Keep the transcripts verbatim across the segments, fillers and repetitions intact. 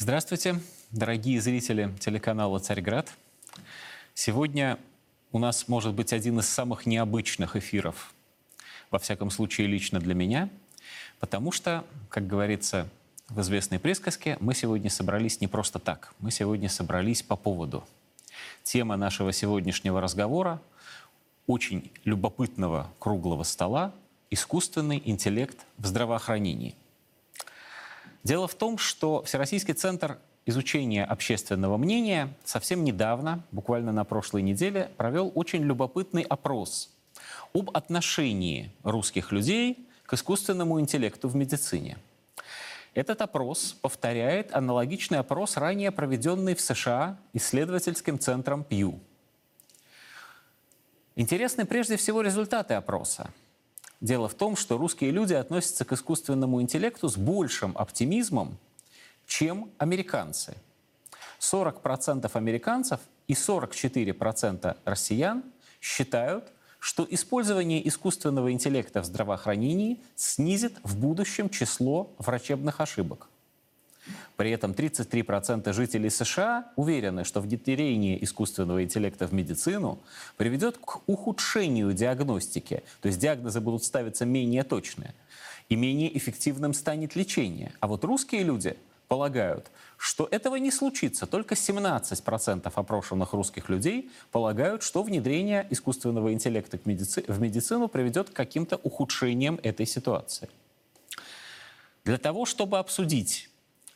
Здравствуйте, дорогие зрители телеканала «Царьград». Сегодня у нас может быть один из самых необычных эфиров, во всяком случае лично для меня, потому что, как говорится в известной присказке, мы сегодня собрались не просто так, мы сегодня собрались по поводу. Тема нашего сегодняшнего разговора очень любопытного круглого стола «Искусственный интеллект в здравоохранении». Дело в том, что Всероссийский центр изучения общественного мнения совсем недавно, буквально на прошлой неделе, провел очень любопытный опрос об отношении русских людей к искусственному интеллекту в медицине. Этот опрос повторяет аналогичный опрос, ранее проведенный в США исследовательским центром Пью. Интересны прежде всего результаты опроса. Дело в том, что русские люди относятся к искусственному интеллекту с большим оптимизмом, чем американцы. сорок процентов американцев и сорок четыре процента россиян считают, что использование искусственного интеллекта в здравоохранении снизит в будущем число врачебных ошибок. При этом тридцать три процента жителей США уверены, что внедрение искусственного интеллекта в медицину приведет к ухудшению диагностики, то есть диагнозы будут ставиться менее точные, и менее эффективным станет лечение. А вот русские люди полагают, что этого не случится. Только семнадцать процентов опрошенных русских людей полагают, что внедрение искусственного интеллекта в медицину приведет к каким-то ухудшениям этой ситуации. Для того, чтобы обсудить,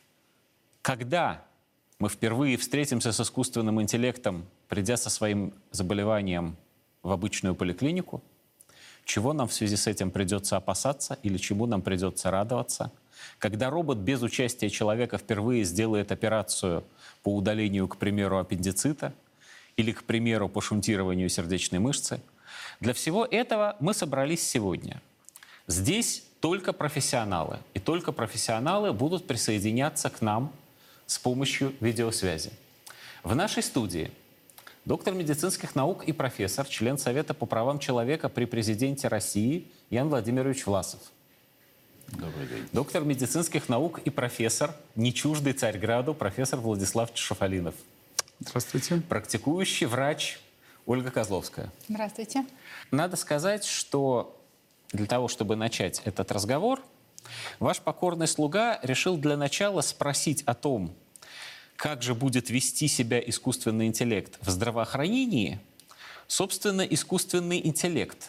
когда мы впервые встретимся с искусственным интеллектом, придя со своим заболеванием в обычную поликлинику, чего нам в связи с этим придется опасаться или чему нам придется радоваться, когда робот без участия человека впервые сделает операцию по удалению, к примеру, аппендицита или, к примеру, по шунтированию сердечной мышцы. Для всего этого мы собрались сегодня. Здесь только профессионалы, и только профессионалы будут присоединяться к нам с помощью видеосвязи. В нашей студии доктор медицинских наук и профессор, член Совета по правам человека при президенте России Ян Владимирович Власов. Добрый день. Доктор медицинских наук и профессор, не чуждый Царьграду, профессор Владислав Шафалинов. Здравствуйте. Практикующий врач Ольга Козловская. Здравствуйте. Надо сказать, что для того, чтобы начать этот разговор, ваш покорный слуга решил для начала спросить о том, как же будет вести себя искусственный интеллект в здравоохранении, собственно, искусственный интеллект.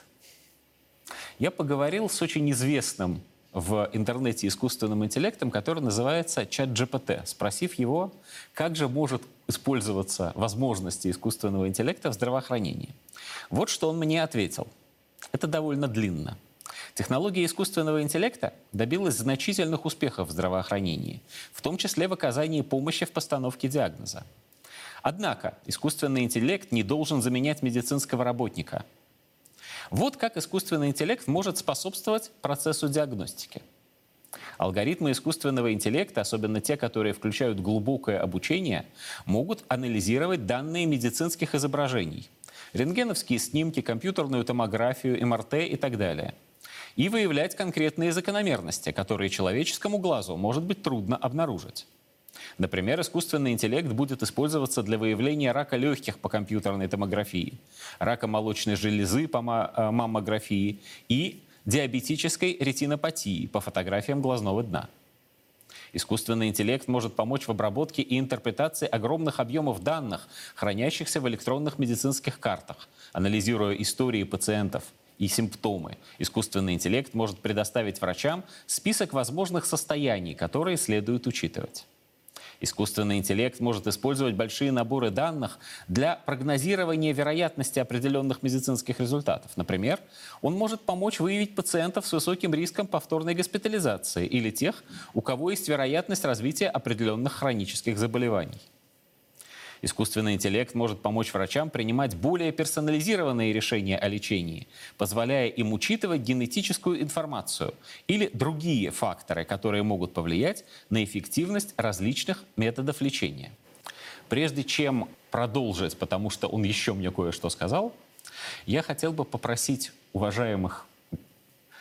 Я поговорил с очень известным в интернете искусственным интеллектом, который называется чат джи пи ти, спросив его, как же может использоваться возможности искусственного интеллекта в здравоохранении. Вот что он мне ответил. Это довольно длинно. Технология искусственного интеллекта добилась значительных успехов в здравоохранении, в том числе в оказании помощи в постановке диагноза. Однако искусственный интеллект не должен заменять медицинского работника. Вот как искусственный интеллект может способствовать процессу диагностики. Алгоритмы искусственного интеллекта, особенно те, которые включают глубокое обучение, могут анализировать данные медицинских изображений, рентгеновские снимки, компьютерную томографию, эм эр тэ и так далее, и выявлять конкретные закономерности, которые человеческому глазу может быть трудно обнаружить. Например, искусственный интеллект будет использоваться для выявления рака легких по компьютерной томографии, рака молочной железы по маммографии и диабетической ретинопатии по фотографиям глазного дна. Искусственный интеллект может помочь в обработке и интерпретации огромных объемов данных, хранящихся в электронных медицинских картах, анализируя истории пациентов и симптомы. Искусственный интеллект может предоставить врачам список возможных состояний, которые следует учитывать. Искусственный интеллект может использовать большие наборы данных для прогнозирования вероятности определенных медицинских результатов. Например, он может помочь выявить пациентов с высоким риском повторной госпитализации или тех, у кого есть вероятность развития определенных хронических заболеваний. Искусственный интеллект может помочь врачам принимать более персонализированные решения о лечении, позволяя им учитывать генетическую информацию или другие факторы, которые могут повлиять на эффективность различных методов лечения. Прежде чем продолжить, потому что он еще мне кое-что сказал, я хотел бы попросить уважаемых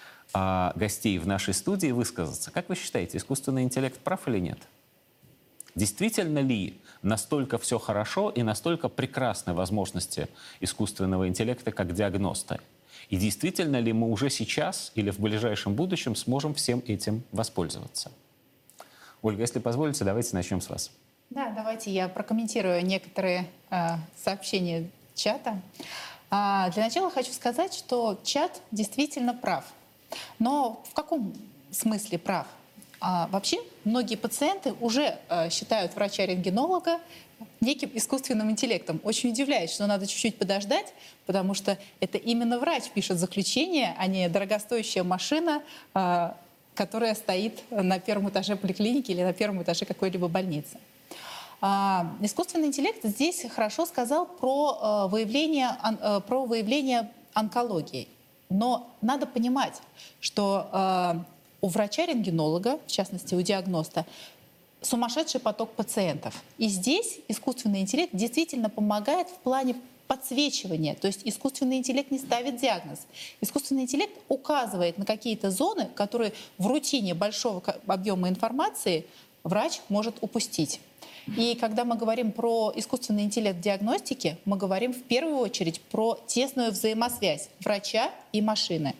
а, гостей в нашей студии высказаться. Как вы считаете, искусственный интеллект прав или нет? Действительно ли настолько все хорошо и настолько прекрасны возможности искусственного интеллекта как диагноста? И действительно ли мы уже сейчас или в ближайшем будущем сможем всем этим воспользоваться? Ольга, если позволите, давайте начнем с вас. Да, давайте я прокомментирую некоторые э, сообщения чата. А, для начала хочу сказать, что чат действительно прав. Но в каком смысле прав? А, вообще, многие пациенты уже э, считают врача-рентгенолога неким искусственным интеллектом. Очень удивляет, что надо чуть-чуть подождать, потому что это именно врач пишет заключение, а не дорогостоящая машина, э, которая стоит на первом этаже поликлиники или на первом этаже какой-либо больницы. А, искусственный интеллект здесь хорошо сказал про, э, выявление, э, про выявление онкологии. Но надо понимать, что э, у врача-рентгенолога, в частности у диагноста, сумасшедший поток пациентов. И здесь искусственный интеллект действительно помогает в плане подсвечивания. То есть искусственный интеллект не ставит диагноз. Искусственный интеллект указывает на какие-то зоны, которые в рутине большого объема информации врач может упустить. И когда мы говорим про искусственный интеллект в диагностике, мы говорим в первую очередь про тесную взаимосвязь врача и машины.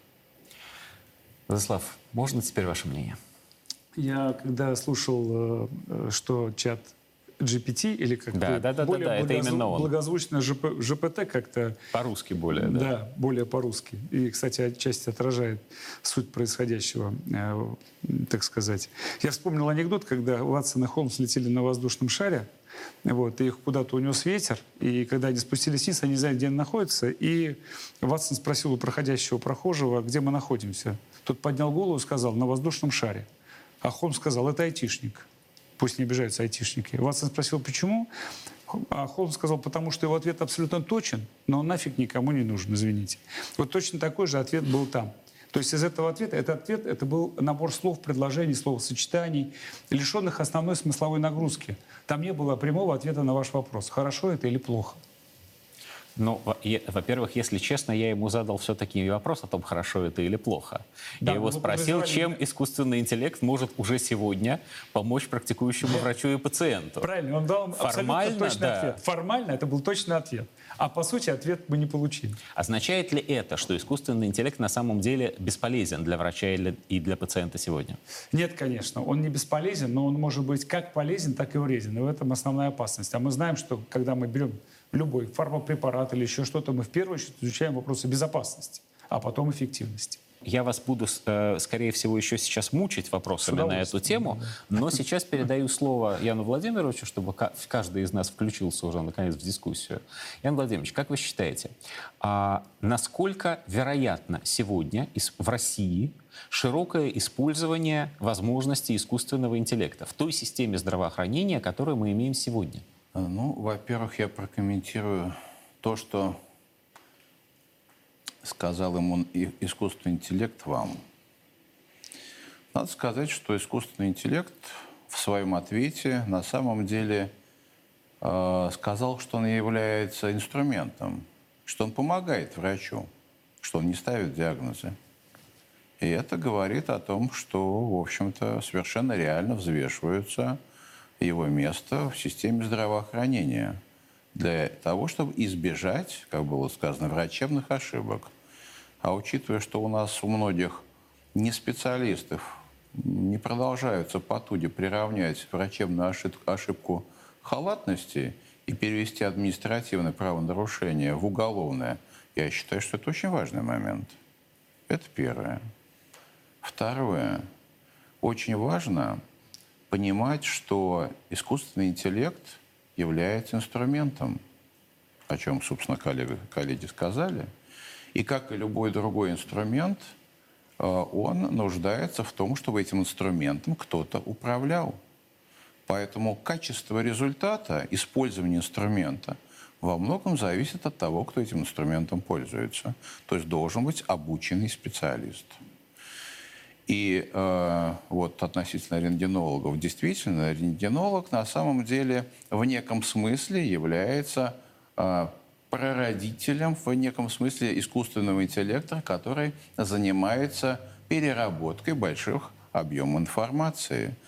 Владислав, можно теперь ваше мнение? Я когда слушал, что чат джи пи ти, или как-то да, да, да, более да, да, это именно он. благозвучно джи пи ти как-то... По-русски более, да? Да, более по-русски. И, кстати, отчасти отражает суть происходящего, э, так сказать. Я вспомнил анекдот, когда Ватсон и Холмс летели на воздушном шаре, вот, и их куда-то унес ветер, и когда они спустились вниз, они не знали, где они находятся, и Ватсон спросил у проходящего прохожего, где мы находимся. Тот поднял голову и сказал: на воздушном шаре. А Холмс сказал: это айтишник. Пусть не обижаются айтишники. Ватсон спросил, почему? А Холмс сказал: потому что его ответ абсолютно точен, но он нафиг никому не нужен, извините. Вот точно такой же ответ был там. То есть из этого ответа, этот ответ, это был набор слов, предложений, словосочетаний, лишенных основной смысловой нагрузки. Там не было прямого ответа на ваш вопрос, хорошо это или плохо. Ну, во-первых, если честно, я ему задал все-таки вопрос о том, хорошо это или плохо. Да, я его спросил, чем искусственный интеллект может уже сегодня помочь практикующему врачу и пациенту. Правильно, он дал Формально, абсолютно точный да. ответ. Формально это был точный ответ. А по сути ответ мы не получили. Означает ли это, что искусственный интеллект на самом деле бесполезен для врача и для пациента сегодня? Нет, конечно, он не бесполезен, но он может быть как полезен, так и вреден. И в этом основная опасность. А мы знаем, что когда мы берем любой фармапрепарат или еще что-то, мы в первую очередь изучаем вопросы безопасности, а потом эффективности. Я вас буду, э, скорее всего, еще сейчас мучить вопросами на эту тему, но сейчас передаю слово Яну Владимировичу, чтобы каждый из нас включился уже, наконец, в дискуссию. Ян Владимирович, как вы считаете, а насколько вероятно сегодня в России широкое использование возможностей искусственного интеллекта в той системе здравоохранения, которую мы имеем сегодня? Ну, во-первых, я прокомментирую то, что сказал ему искусственный интеллект вам. Надо сказать, что искусственный интеллект в своем ответе на самом деле э, сказал, что он является инструментом, что он помогает врачу, что он не ставит диагнозы. И это говорит о том, что, в общем-то, совершенно реально взвешиваются его место в системе здравоохранения для того, чтобы избежать, как было сказано, врачебных ошибок. А учитывая, что у нас у многих неспециалистов не продолжаются потуги приравнять врачебную ошибку халатности и перевести административное правонарушение в уголовное, я считаю, что это очень важный момент. Это первое. Второе. Очень важно понимать, что искусственный интеллект является инструментом, о чем, собственно, коллеги, коллеги сказали. И как и любой другой инструмент, он нуждается в том, чтобы этим инструментом кто-то управлял. Поэтому качество результата использования инструмента во многом зависит от того, кто этим инструментом пользуется. То есть должен быть обученный специалист. И э, вот относительно рентгенологов, действительно, рентгенолог на самом деле в неком смысле является э, прародителем, в неком смысле искусственного интеллекта, который занимается переработкой больших объемов информации.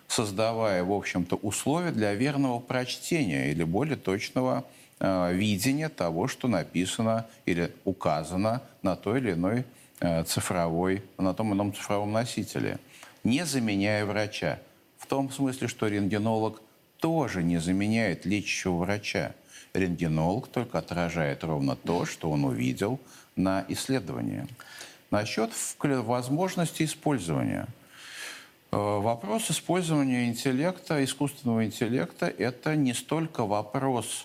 создавая, в общем-то, условия для верного прочтения или более точного э, видения того, что написано или указано на той или иной э, цифровой, на том или ином цифровом носителе, не заменяя врача. В том смысле, что рентгенолог тоже не заменяет лечащего врача. Рентгенолог только отражает ровно то, что он увидел на исследовании. Насчет возможности использования. Вопрос использования интеллекта, искусственного интеллекта, это не столько вопрос,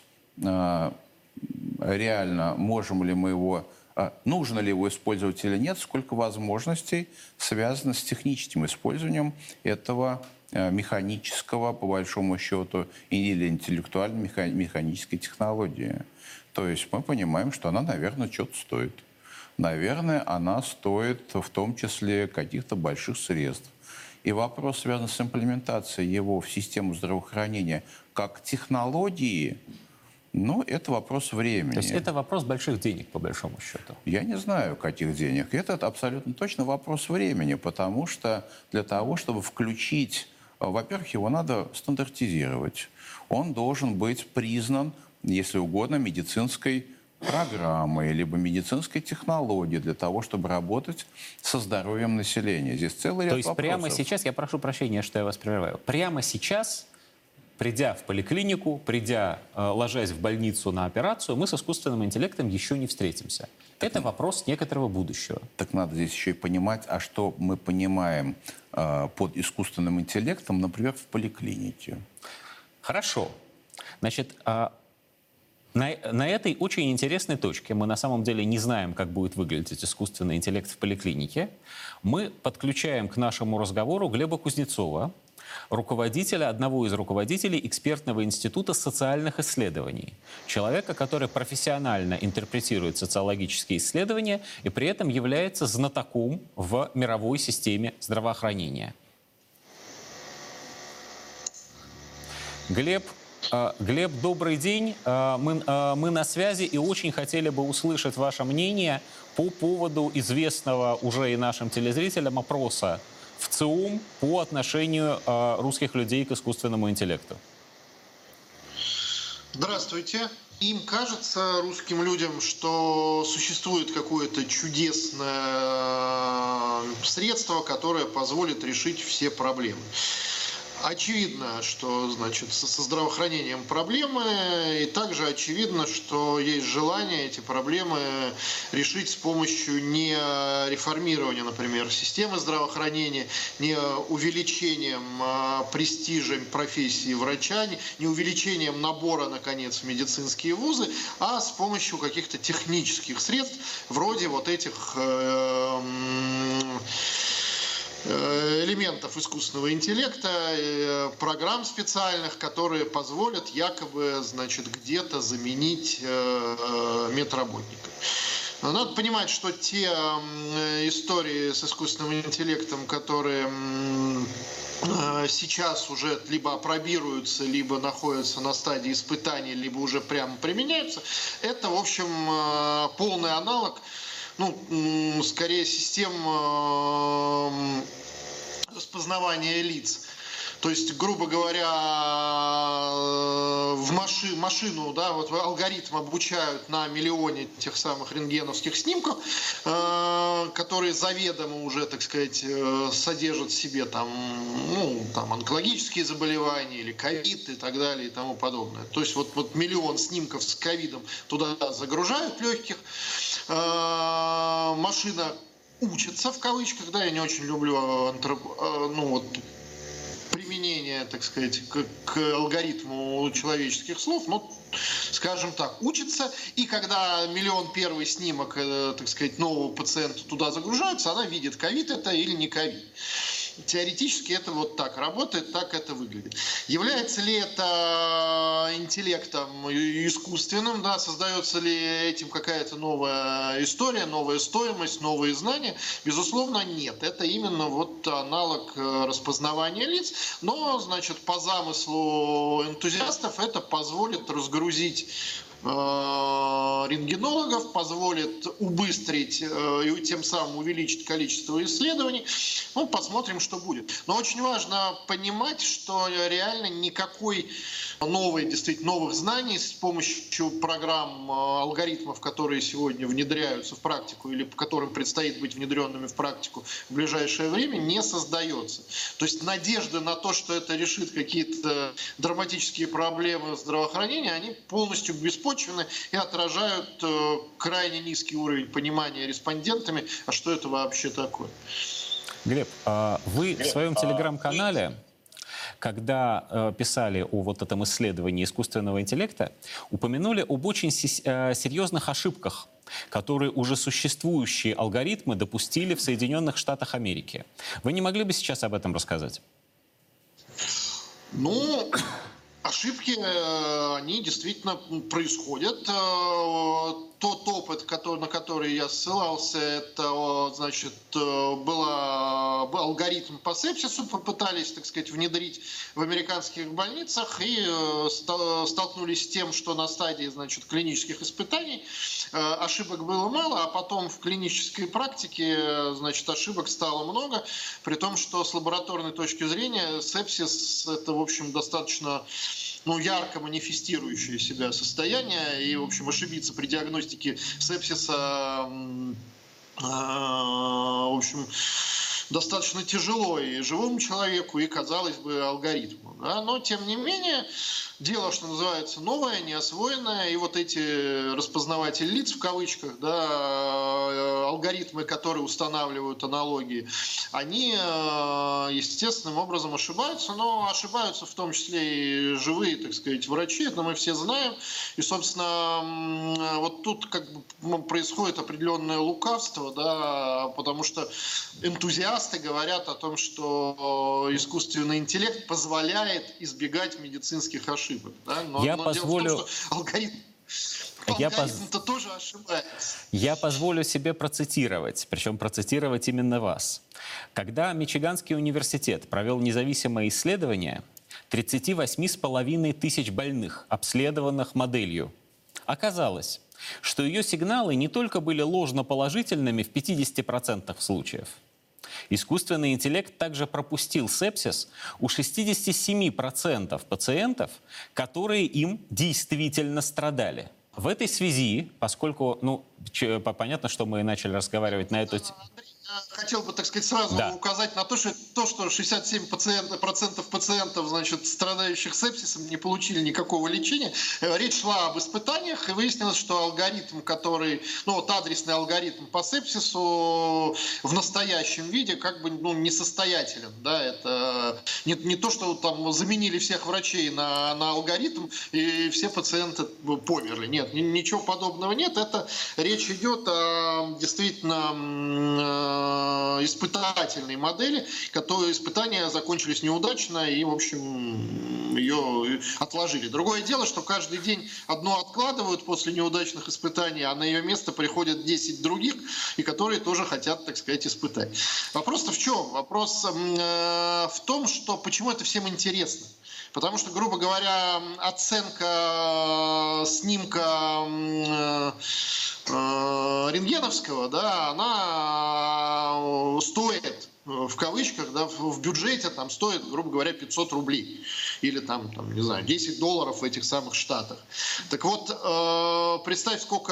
реально можем ли мы его, нужно ли его использовать или нет, сколько возможностей связано с техническим использованием этого механического, по большому счету, или интеллектуально-механической технологии. То есть мы понимаем, что она, наверное, что-то стоит. Наверное, она стоит в том числе каких-то больших средств. И вопрос, связанный с имплементацией его в систему здравоохранения как технологии, ну, это вопрос времени. То есть это вопрос больших денег, по большому счету? Я не знаю, каких денег. Это абсолютно точно вопрос времени, потому что для того, чтобы включить, во-первых, его надо стандартизировать. Он должен быть признан, если угодно, медицинской программой, либо медицинской технологией для того, чтобы работать со здоровьем населения. Здесь целый ряд То есть вопросов. Прямо сейчас, я прошу прощения, что я вас прерываю, прямо сейчас, придя в поликлинику, придя, э, ложась в больницу на операцию, мы с искусственным интеллектом еще не встретимся. Так, это вопрос некоторого будущего. Так надо здесь еще и понимать, а что мы понимаем э, под искусственным интеллектом, например, в поликлинике. Хорошо. Значит, э, На, на этой очень интересной точке, мы на самом деле не знаем, как будет выглядеть искусственный интеллект в поликлинике, мы подключаем к нашему разговору Глеба Кузнецова, руководителя, одного из руководителей экспертного института социальных исследований. Человека, который профессионально интерпретирует социологические исследования и при этом является знатоком в мировой системе здравоохранения. Глеб, Глеб, добрый день. Мы, мы на связи и очень хотели бы услышать ваше мнение по поводу известного уже и нашим телезрителям опроса в ЦИОМ по отношению русских людей к искусственному интеллекту. Здравствуйте. Им кажется, русским людям, что существует какое-то чудесное средство, которое позволит решить все проблемы. Очевидно, что, значит, со здравоохранением проблемы, и также очевидно, что есть желание эти проблемы решить с помощью не реформирования, например, системы здравоохранения, не увеличением престижа профессии врача, не увеличением набора, наконец, в медицинские вузы, а с помощью каких-то технических средств, вроде вот этих элементов искусственного интеллекта, программ специальных, которые позволят якобы, значит, где-то заменить медработника. Но надо понимать, что те истории с искусственным интеллектом, которые сейчас уже либо апробируются, либо находятся на стадии испытаний, либо уже прямо применяются, это, в общем, полный аналог, ну, скорее систем распознавания лиц. То есть, грубо говоря, в маши, машину, да, вот алгоритм обучают на миллионе тех самых рентгеновских снимков, э, которые заведомо уже, так сказать, содержат в себе там, ну, там, онкологические заболевания или ковид и так далее и тому подобное. То есть вот, вот миллион снимков с ковидом туда загружают легких. Э, машина учится, в кавычках, да, я не очень люблю антроп, э, ну, вот, применение, так сказать, к, к алгоритму человеческих слов, ну, скажем так, учится, и когда миллион первый снимок, так сказать, нового пациента туда загружается, она видит, ковид это или не ковид. Теоретически это вот так работает, так это выглядит. Является ли это интеллектом искусственным, да, создается ли этим какая-то новая история, новая стоимость, новые знания? Безусловно, нет. Это именно вот аналог распознавания лиц, но, значит, по замыслу энтузиастов это позволит разгрузить рентгенологов, позволит убыстрить и тем самым увеличить количество исследований. Ну, посмотрим, что будет. Но очень важно понимать, что реально никакой новой, действительно новых знаний с помощью программ, алгоритмов, которые сегодня внедряются в практику или по которым предстоит быть внедренными в практику в ближайшее время, не создается. То есть надежды на то, что это решит какие-то драматические проблемы здравоохранения, они полностью беспочвенны и отражают э, крайне низкий уровень понимания респондентами, а что это вообще такое. Глеб, вы в своем телеграм-канале, когда э, писали о вот этом исследовании искусственного интеллекта, упомянули об очень э, серьезных ошибках, которые уже существующие алгоритмы допустили в Соединенных Штатах Америки. Вы не могли бы сейчас об этом рассказать? Ну... Ошибки, они действительно происходят. Тот опыт, который, на который я ссылался, это, значит, была, был алгоритм по сепсису, попытались, так сказать, внедрить в американских больницах и столкнулись с тем, что на стадии, значит, клинических испытаний ошибок было мало, а потом в клинической практике, значит, ошибок стало много, при том, что с лабораторной точки зрения сепсис – это, в общем, достаточно... ну, ярко манифестирующее себя состояние, и, в общем, ошибиться при диагностике сепсиса, в общем, достаточно тяжело и живому человеку, и, казалось бы, алгоритму. Да? Но, тем не менее, дело, что называется, новое, неосвоенное, и вот эти распознаватели лиц, в кавычках, да, алгоритмы, которые устанавливают аналогии, они естественным образом ошибаются, но ошибаются в том числе и живые, так сказать, врачи, это мы все знаем. И, собственно, вот тут как бы происходит определенное лукавство, да, потому что энтузиасты говорят о том, что искусственный интеллект позволяет избегать медицинских ошибок. Да? Но, Я но позволю... дело в том, что алгоритм... Я Алгоритм-то поз... тоже ошибается. Я позволю себе процитировать, причем процитировать именно вас. Когда Мичиганский университет провел независимое исследование тридцать восемь с половиной тысяч больных, обследованных моделью, оказалось, что ее сигналы не только были ложноположительными в пятидесяти процентах случаев. Искусственный интеллект также пропустил сепсис у шестидесяти семи процентов пациентов, которые им действительно страдали. В этой связи, поскольку, ну, понятно, что мы начали разговаривать на эту тему. Хотел бы, так сказать, сразу да. указать на то, что, то, что шестьдесят семь процентов пациентов, значит, страдающих сепсисом, не получили никакого лечения. Речь шла об испытаниях, и выяснилось, что алгоритм, который, ну вот адресный алгоритм по сепсису в настоящем виде как бы, ну, несостоятелен. Да? Это не, не то, что там заменили всех врачей на, на алгоритм, и все пациенты померли. Нет, ничего подобного нет. Это речь идет о действительно испытательной модели, которые испытания закончились неудачно и, в общем, ее отложили. Другое дело, что каждый день одно откладывают после неудачных испытаний, а на ее место приходят десять других, и которые тоже хотят, так сказать, испытать. Вопрос-то в чем? Вопрос э, в том, что почему это всем интересно. Потому что, грубо говоря, оценка снимка э, э, рентгеновского, да, она стоит, в кавычках, да, в бюджете там стоит, грубо говоря, пятьсот рублей. Или там, там, не знаю, десять долларов в этих самых Штатах. Так вот, э, представь, сколько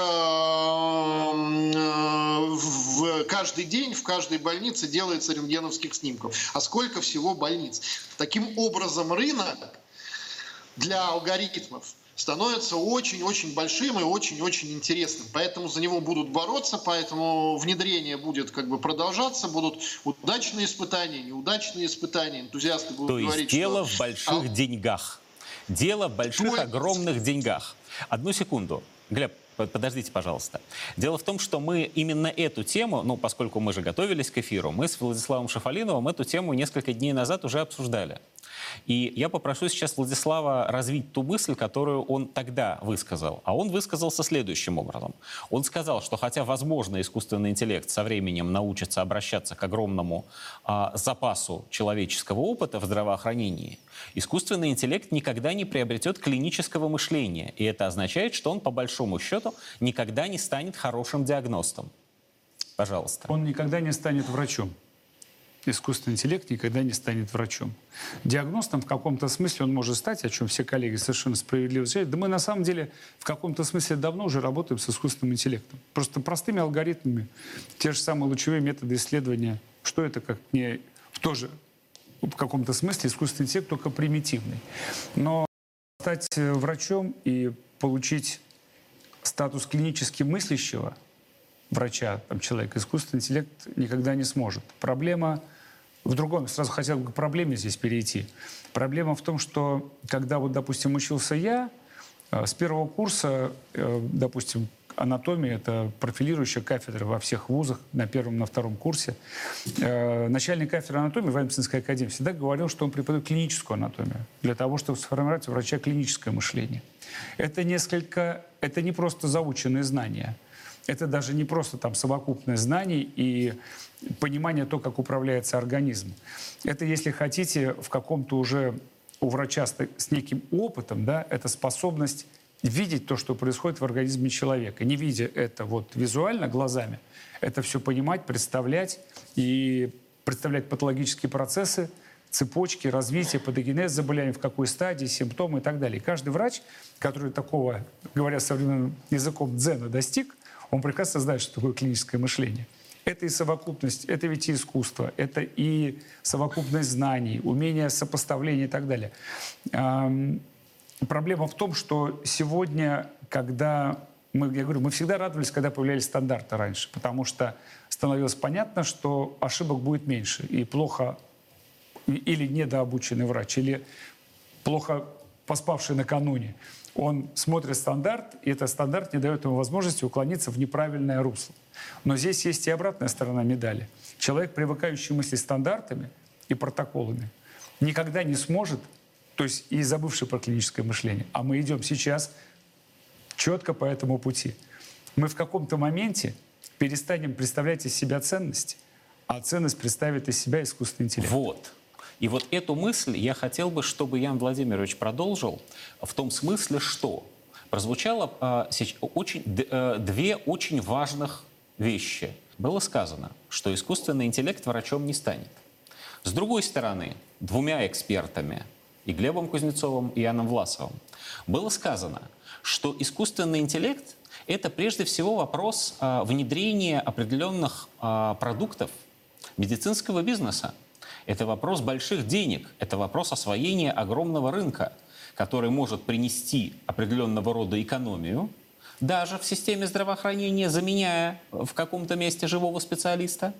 э, в каждый день в каждой больнице делается рентгеновских снимков. А сколько всего больниц. Таким образом, рынок для алгоритмов становится очень-очень большим и очень-очень интересным. Поэтому за него будут бороться, поэтому внедрение будет как бы продолжаться, будут удачные испытания, неудачные испытания, энтузиасты будут То есть говорить, дело что... в больших а... деньгах. Дело в больших, То... огромных деньгах. Одну секунду. Глеб, подождите, пожалуйста. Дело в том, что мы именно эту тему, ну, поскольку мы же готовились к эфиру, мы с Владиславом Шафалиновым эту тему несколько дней назад уже обсуждали. И я попрошу сейчас Владислава развить ту мысль, которую он тогда высказал. А он высказался следующим образом. Он сказал, что хотя, возможно, искусственный интеллект со временем научится обращаться к огромному а, запасу человеческого опыта в здравоохранении, искусственный интеллект никогда не приобретет клинического мышления. И это означает, что он, по большому счету, никогда не станет хорошим диагностом. Пожалуйста. Он никогда не станет врачом. Искусственный интеллект никогда не станет врачом. Диагностом в каком-то смысле он может стать, о чем все коллеги совершенно справедливо заявляют. Да мы на самом деле в каком-то смысле давно уже работаем с искусственным интеллектом. Просто простыми алгоритмами, те же самые лучевые методы исследования. Что это как не тоже в каком-то смысле искусственный интеллект, только примитивный. Но стать врачом и получить статус клинически мыслящего врача, там, человека, искусственный интеллект никогда не сможет. Проблема в другом. Сразу хотел бы к проблеме здесь перейти. Проблема в том, что когда, вот, допустим, учился я, с первого курса, допустим, анатомия — это профилирующая кафедра во всех вузах, на первом, на втором курсе. Начальник кафедры анатомии в Военно-медицинской академии всегда говорил, что он преподает клиническую анатомию для того, чтобы сформировать у врача клиническое мышление. Это несколько, это не просто заученные знания. Это даже не просто там совокупность знаний и понимание того, как управляется организм. Это, если хотите, в каком-то уже у врача с, с неким опытом, да, это способность видеть то, что происходит в организме человека. Не видя это вот визуально, глазами, это все понимать, представлять и представлять патологические процессы, цепочки, развитие, патогенез заболевания, в какой стадии, симптомы и так далее. И каждый врач, который такого, говоря современным языком, дзена достиг, он прекрасно знает, что такое клиническое мышление. Это и совокупность, это ведь и искусство, это и совокупность знаний, умение сопоставления и так далее. Эм, проблема в том, что сегодня, когда мы, я говорю, мы всегда радовались, когда появлялись стандарты раньше, потому что становилось понятно, что ошибок будет меньше, и плохо или недообученный врач, или плохо поспавший накануне, он смотрит стандарт, и этот стандарт не дает ему возможности уклониться в неправильное русло. Но здесь есть и обратная сторона медали. Человек, привыкающий мыслить стандартами и протоколами, никогда не сможет, то есть и забывший про клиническое мышление, а мы идем сейчас четко по этому пути. Мы в каком-то моменте перестанем представлять из себя ценность, а ценность представит из себя искусственный интеллект. Вот. И вот эту мысль я хотел бы, чтобы Ян Владимирович продолжил, в том смысле, что прозвучало э, сейчас очень, э, две очень важных вещи. Было сказано, что искусственный интеллект врачом не станет. С другой стороны, двумя экспертами, и Глебом Кузнецовым, и Яном Власовым, было сказано, что искусственный интеллект — это прежде всего вопрос э, внедрения определенных э, продуктов медицинского бизнеса. Это вопрос больших денег, это вопрос освоения огромного рынка, который может принести определенного рода экономию, даже в системе здравоохранения, заменяя в каком-то месте живого специалиста.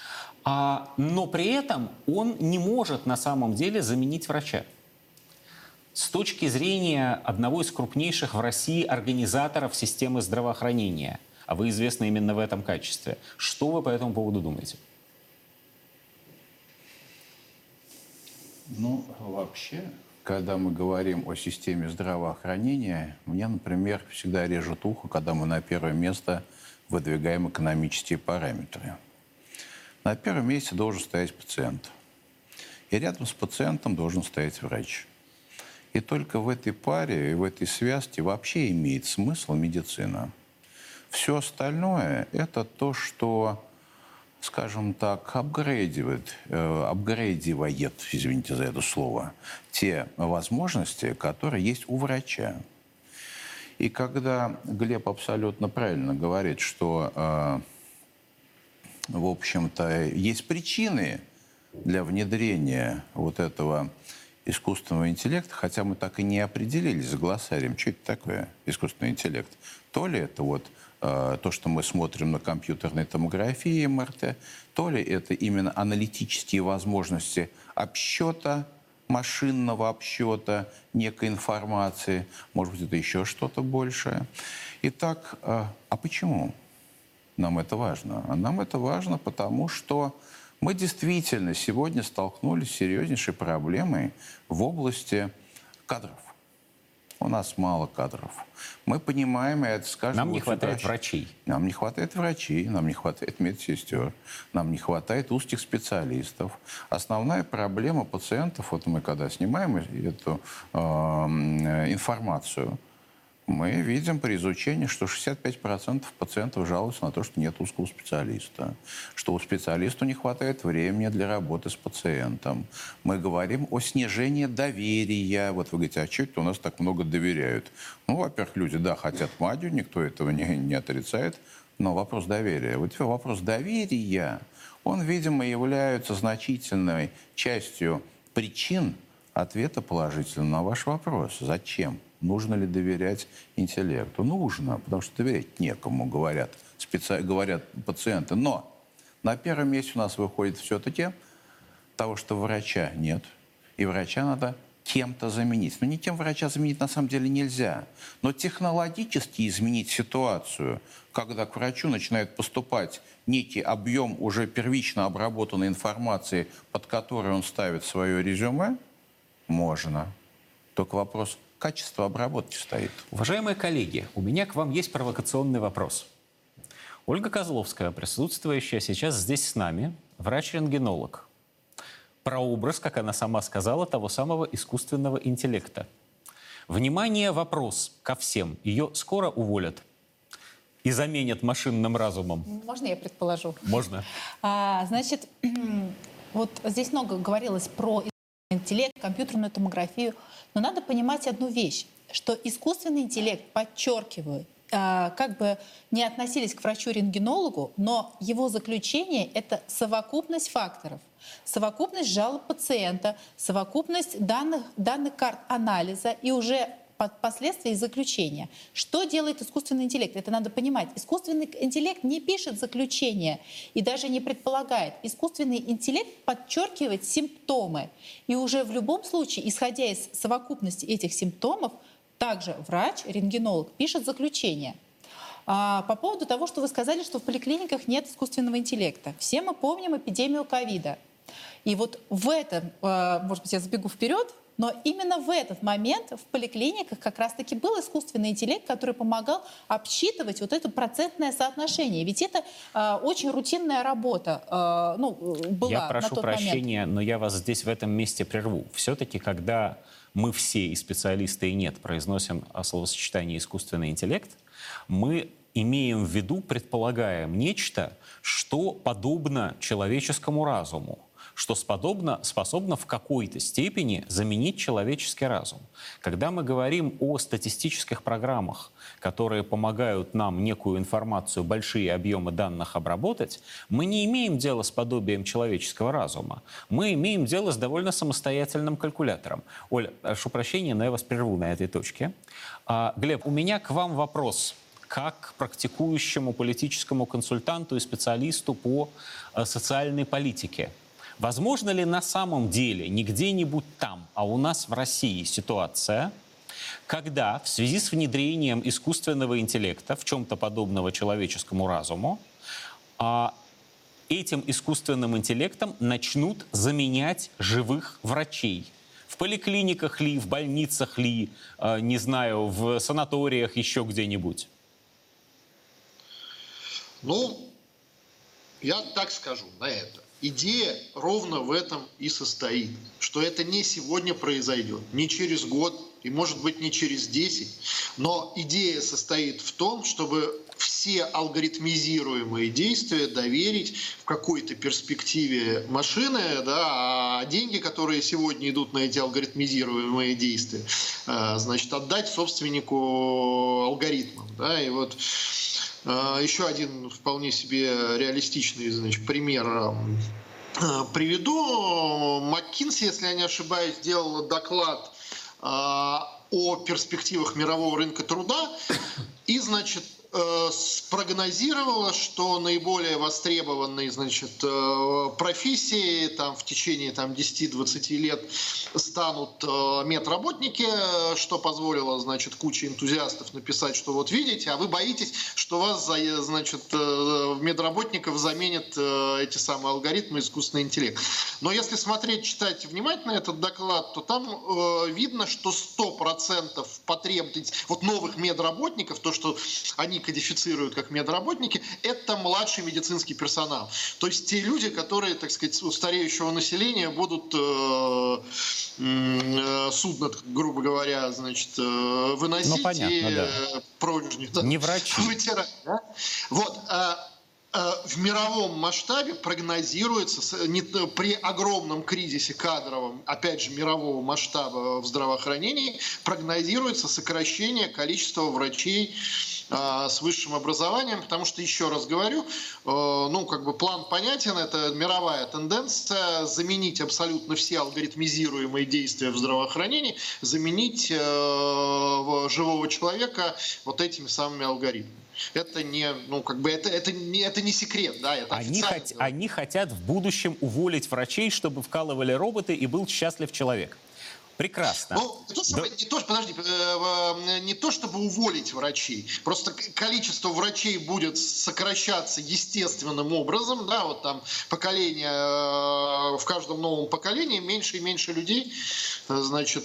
А, но при этом он не может на самом деле заменить врача. С точки зрения одного из крупнейших в России организаторов системы здравоохранения, а вы известны именно в этом качестве, что вы по этому поводу думаете? Ну, вообще, когда мы говорим о системе здравоохранения, мне, например, всегда режет ухо, когда мы на первое место выдвигаем экономические параметры. На первом месте должен стоять пациент. И рядом с пациентом должен стоять врач. И только в этой паре и в этой связке вообще имеет смысл медицина. Все остальное – это то, что, скажем так, апгрейдивает, э, апгрейдивает, извините за это слово, те возможности, которые есть у врача. И когда Глеб абсолютно правильно говорит, что, э, в общем-то, есть причины для внедрения вот этого искусственного интеллекта, хотя мы так и не определились с глоссарием, что это такое искусственный интеллект. То ли это вот э, то, что мы смотрим на компьютерной томографии эм эр тэ, то ли это именно аналитические возможности обсчета, машинного обсчета некой информации, может быть, это еще что-то большее. Итак, э, а почему нам это важно? А нам это важно, потому что Мы действительно сегодня столкнулись с серьезнейшей проблемой в области кадров. У нас мало кадров. Мы понимаем, и это скажем... Нам не хватает врачей. Нам не хватает врачей, нам не хватает медсестер, нам не хватает узких специалистов. Основная проблема пациентов, вот мы когда снимаем эту э, информацию, мы видим при изучении, что шестьдесят пять процентов пациентов жалуются на то, что нет узкого специалиста, что у специалиста не хватает времени для работы с пациентом. Мы говорим о снижении доверия. Вот вы говорите, а что это у нас так много доверяют? Ну, во-первых, люди, да, хотят МАДИ, никто этого не, не отрицает, но вопрос доверия. Вот вопрос доверия, он, видимо, является значительной частью причин ответа положительного на ваш вопрос. Зачем? Нужно ли доверять интеллекту? Нужно, потому что доверять некому, говорят, специ... говорят пациенты. Но на первом месте у нас выходит все-таки того, что врача нет, и врача надо кем-то заменить. Но не тем врача заменить на самом деле нельзя. Но технологически изменить ситуацию, когда к врачу начинает поступать некий объем уже первично обработанной информации, под которой он ставит свое резюме, можно. Только вопрос качества обработки стоит. Уважаемые коллеги, у меня к вам есть провокационный вопрос. Ольга Козловская, присутствующая сейчас здесь с нами, врач-рентгенолог. Прообраз, как она сама сказала, того самого искусственного интеллекта. Внимание, вопрос ко всем. Ее скоро уволят и заменят машинным разумом. Можно я предположу? Можно. А, значит, вот здесь много говорилось про интеллект, компьютерную томографию. Но надо понимать одну вещь, что искусственный интеллект, подчеркиваю, как бы не относились к врачу-рентгенологу, но его заключение — это совокупность факторов. Совокупность жалоб пациента, совокупность данных, данных карт анализа и уже последствия заключения. Что делает искусственный интеллект? Это надо понимать. Искусственный интеллект не пишет заключение и даже не предполагает. Искусственный интеллект подчеркивает симптомы. И уже в любом случае, исходя из совокупности этих симптомов, также врач, рентгенолог пишет заключение. А, по поводу того, что вы сказали, что в поликлиниках нет искусственного интеллекта. Все мы помним эпидемию ковида. И вот в этом, может быть, я забегу вперед, но именно в этот момент в поликлиниках как раз-таки был искусственный интеллект, который помогал обсчитывать вот это процентное соотношение. Ведь это э, очень рутинная работа э, ну, была Я прошу на тот прощения, момент. но я вас здесь в этом месте прерву. Все-таки, когда мы все, и специалисты, и нет, произносим словосочетание «искусственный интеллект», мы имеем в виду, предполагаем нечто, что подобно человеческому разуму, что способно, способно в какой-то степени заменить человеческий разум. Когда мы говорим о статистических программах, которые помогают нам некую информацию, большие объемы данных обработать, мы не имеем дела с подобием человеческого разума. Мы имеем дело с довольно самостоятельным калькулятором. Оля, прошу прощения, но я вас прерву на этой точке. А, Глеб, у меня к вам вопрос как к практикующему политическому консультанту и специалисту по а, социальной политике. Возможно ли на самом деле не где-нибудь там, а у нас в России ситуация, когда в связи с внедрением искусственного интеллекта, в чем-то подобного человеческому разуму, этим искусственным интеллектом начнут заменять живых врачей? В поликлиниках ли, в больницах ли, не знаю, в санаториях, еще где-нибудь? Ну, я так скажу на это. Идея ровно в этом и состоит, что это не сегодня произойдет, не через год и, может быть, не через десять, но идея состоит в том, чтобы все алгоритмизируемые действия доверить в какой-то перспективе машины, да, а деньги, которые сегодня идут на эти алгоритмизируемые действия, значит, отдать собственнику алгоритмам. Да, и вот еще один вполне себе реалистичный, значит, пример приведу. МcKinsey, если я не ошибаюсь, делала доклад о перспективах мирового рынка труда и, значит, э, спрогнозировала, что наиболее востребованные, значит, э, профессии там, в течение там, десяти-двадцати лет станут э, медработники, что позволило, значит, куче энтузиастов написать, что вот видите, а вы боитесь, что вас, значит, э, медработников заменят э, эти самые алгоритмы, искусственный интеллект. Но если смотреть, читать внимательно этот доклад, то там э, видно, что сто процентов потребностей вот новых медработников, то, что они кодифицируют как медработники, это младший медицинский персонал. То есть те люди, которые, так сказать, у стареющего населения будут э, э, судно, грубо говоря, значит, э, выносить ну, понятно, и да. э, прочь, да, Не врачи. вытирать. Да? Вот. Э, в мировом масштабе прогнозируется, не, при огромном кризисе кадровом, опять же, мирового масштаба в здравоохранении, прогнозируется сокращение количества врачей э, с высшим образованием, потому что, еще раз говорю, э, ну, как бы план понятен, это мировая тенденция заменить абсолютно все алгоритмизируемые действия в здравоохранении, заменить э, живого человека вот этими самыми алгоритмами. Это не, ну, как бы, это, это, не, это не секрет, да, это они, хот, они хотят в будущем уволить врачей, чтобы вкалывали роботы и был счастлив человек. Прекрасно. Ну, не то, чтобы, да. не, то, подожди, не то, чтобы уволить врачей, просто количество врачей будет сокращаться естественным образом, да, вот там поколение, в каждом новом поколении меньше и меньше людей, значит,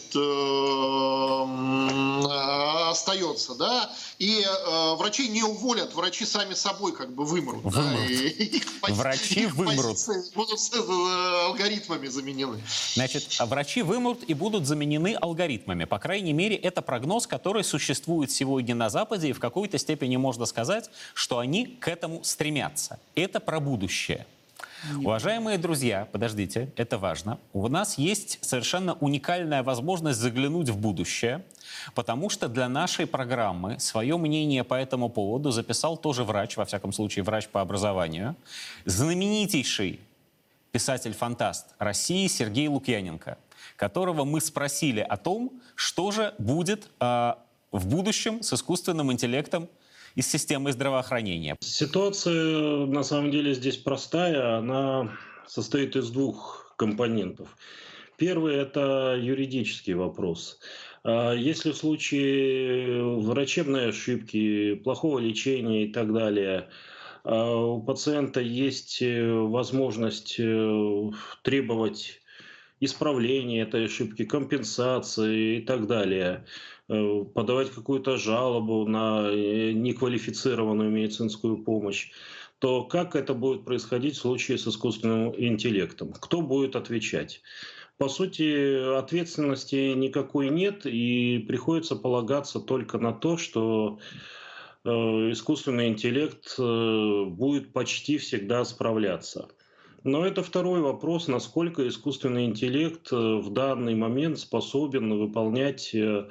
остается, да, и врачей не уволят, врачи сами собой как бы вымрут. вымрут. Да, и их, врачи их вымрут. Будут алгоритмами заменены. Значит, врачи вымрут и будут заменены алгоритмами. По крайней мере, это прогноз, который существует сегодня на Западе, и в какой-то степени можно сказать, что они к этому стремятся. Это про будущее. Нет. Уважаемые друзья, подождите, это важно. У нас есть совершенно уникальная возможность заглянуть в будущее, потому что для нашей программы свое мнение по этому поводу записал тоже врач, во всяком случае врач по образованию, знаменитейший писатель-фантаст России Сергей Лукьяненко, которого мы спросили о том, что же будет э, в будущем с искусственным интеллектом и с системой здравоохранения. Ситуация на самом деле здесь простая. Она состоит из двух компонентов. Первый – это юридический вопрос. Если в случае врачебной ошибки, плохого лечения и так далее у пациента есть возможность требовать исправления этой ошибки, компенсации и так далее, подавать какую-то жалобу на неквалифицированную медицинскую помощь, то как это будет происходить в случае с искусственным интеллектом? Кто будет отвечать? По сути, ответственности никакой нет, и приходится полагаться только на то, что искусственный интеллект будет почти всегда справляться. Но это второй вопрос, насколько искусственный интеллект в данный момент способен выполнять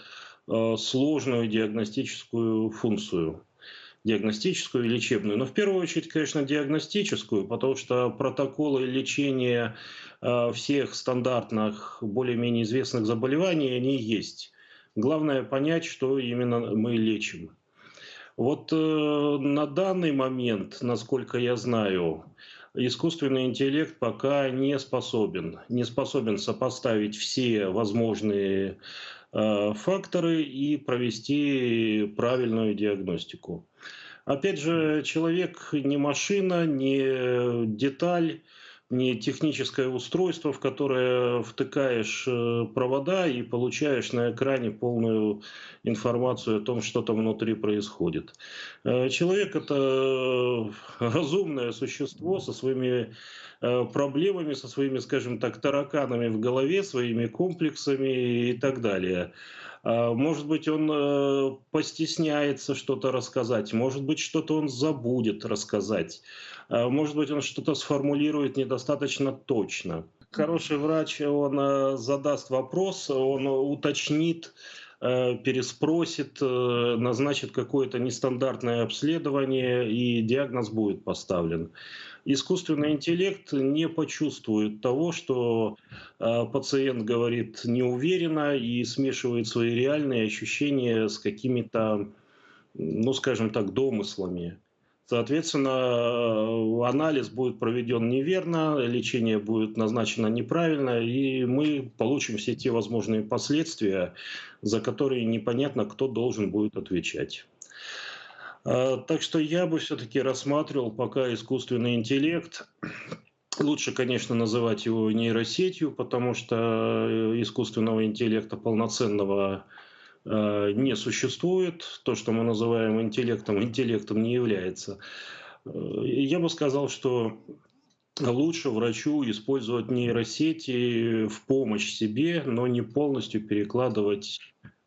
сложную диагностическую функцию. Диагностическую и лечебную. Но в первую очередь, конечно, диагностическую, потому что протоколы лечения всех стандартных, более-менее известных заболеваний, они есть. Главное понять, что именно мы лечим. Вот на данный момент, насколько я знаю, искусственный интеллект пока не способен, не способен сопоставить все возможные э, факторы и провести правильную диагностику. Опять же, человек не машина, не деталь, не техническое устройство, в которое втыкаешь провода и получаешь на экране полную информацию о том, что там внутри происходит. Человек – это разумное существо со своими проблемами, со своими, скажем так, тараканами в голове, своими комплексами и так далее. Может быть, он постесняется что-то рассказать, может быть, что-то он забудет рассказать, может быть, он что-то сформулирует недостаточно точно. Хороший врач, он задаст вопрос, он уточнит, переспросит, назначит какое-то нестандартное обследование, и диагноз будет поставлен. Искусственный интеллект не почувствует того, что пациент говорит неуверенно и смешивает свои реальные ощущения с какими-то ну, скажем так, домыслами. Соответственно, анализ будет проведен неверно, лечение будет назначено неправильно, и мы получим все те возможные последствия, за которые непонятно, кто должен будет отвечать. Так что я бы все-таки рассматривал пока искусственный интеллект. Лучше, конечно, называть его нейросетью, потому что искусственного интеллекта полноценного не существует. То, что мы называем интеллектом, интеллектом не является. Я бы сказал, что лучше врачу использовать нейросети в помощь себе, но не полностью перекладывать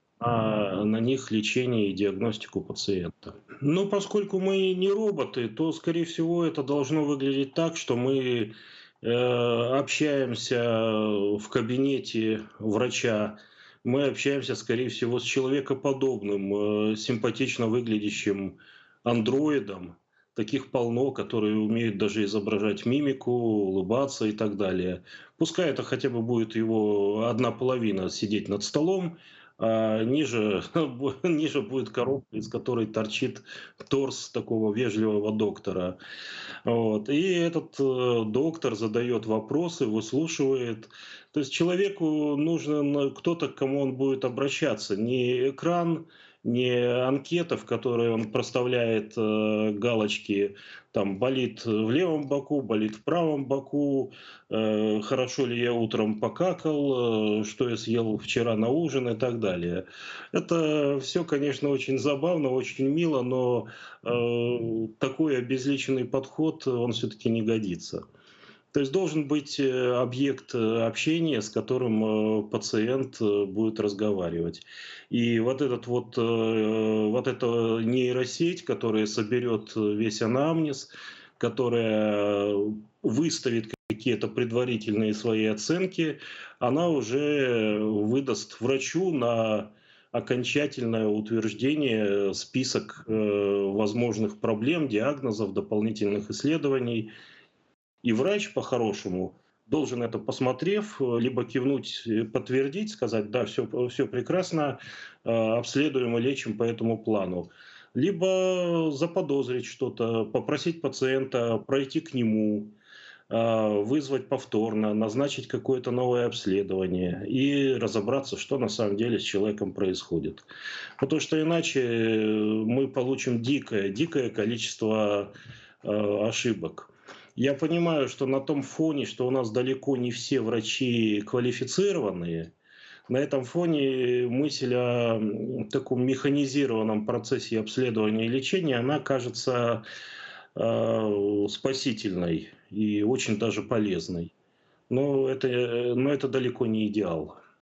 а на них лечение и диагностику пациента. Но поскольку мы не роботы, то, скорее всего, это должно выглядеть так, что мы э, общаемся в кабинете врача, мы общаемся, скорее всего, с человекоподобным, э, симпатично выглядящим андроидом. Таких полно, которые умеют даже изображать мимику, улыбаться и так далее. Пускай это хотя бы будет его одна половина сидеть над столом, а ниже, ниже будет коробка, из которой торчит торс такого вежливого доктора. Вот. И этот э, доктор задает вопросы, выслушивает. То есть человеку нужен кто-то, к кому он будет обращаться. Не экран, не анкета, в которой он проставляет э, галочки, там болит в левом боку, болит в правом боку, э, хорошо ли я утром покакал, э, что я съел вчера на ужин и так далее. Это все, конечно, очень забавно, очень мило, но э, такой обезличенный подход, он все-таки не годится. То есть должен быть объект общения, с которым пациент будет разговаривать. И вот, этот вот, вот эта нейросеть, которая соберет весь анамнез, которая выставит какие-то предварительные свои оценки, она уже выдаст врачу на окончательное утверждение список возможных проблем, диагнозов, дополнительных исследований. И врач, по-хорошему, должен это, посмотрев, либо кивнуть, подтвердить, сказать, да, все, все прекрасно, обследуем и лечим по этому плану. Либо заподозрить что-то, попросить пациента пройти к нему, вызвать повторно, назначить какое-то новое обследование и разобраться, что на самом деле с человеком происходит. Потому что иначе мы получим дикое, дикое количество ошибок. Я понимаю, что на том фоне, что у нас далеко не все врачи квалифицированные, на этом фоне мысль о таком механизированном процессе обследования и лечения, она кажется э, спасительной и очень даже полезной. Но это, но это далеко не идеал.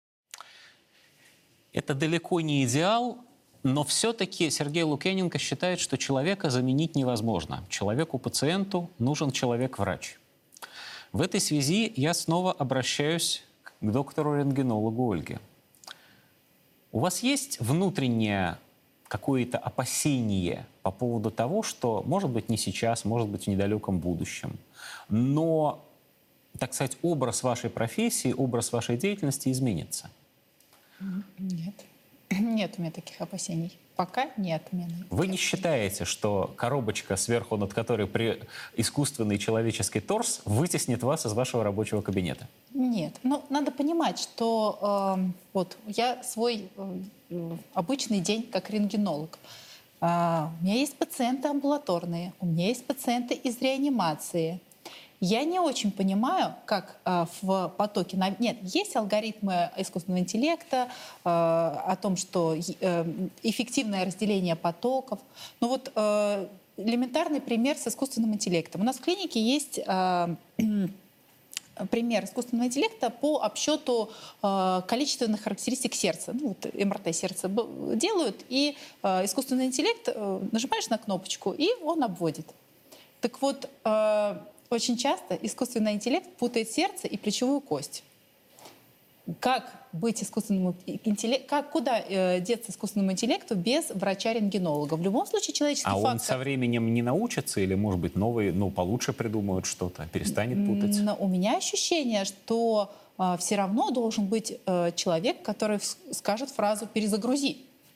Это далеко не идеал. Но все-таки Сергей Лукьяненко считает, что человека заменить невозможно. Человеку-пациенту нужен человек-врач. В этой связи я снова обращаюсь к доктору-рентгенологу Ольге. У вас есть внутреннее какое-то опасение по поводу того, что, может быть, не сейчас, может быть, в недалеком будущем, но, так сказать, образ вашей профессии, образ вашей деятельности изменится? Нет. Нет у меня таких опасений. Пока нет у меня. Вы не считаете, что коробочка, сверху над которой при... искусственный человеческий торс вытеснит вас из вашего рабочего кабинета? Нет. Ну, надо понимать, что э, вот я свой э, обычный день как рентгенолог. Э, у меня есть пациенты амбулаторные, у меня есть пациенты из реанимации. Я не очень понимаю, как э, в потоке... Нет, есть алгоритмы искусственного интеллекта э, о том, что э, эффективное разделение потоков. Но вот э, элементарный пример с искусственным интеллектом. У нас в клинике есть э, пример искусственного интеллекта по обсчету э, количественных характеристик сердца. Ну, вот эм эр тэ сердца делают, и э, искусственный интеллект, э, нажимаешь на кнопочку, и он обводит. Так вот... Э, Очень часто искусственный интеллект путает сердце и плечевую кость. Как быть искусственному интеллекту, как, куда э, деться искусственному интеллекту без врача-рентгенолога? В любом случае человеческий а фактор... А он со временем не научится или, может быть, новые, ну, получше придумают что-то, перестанет путать? Но у меня ощущение, что э, все равно должен быть э, человек, который скажет фразу «перезагрузи».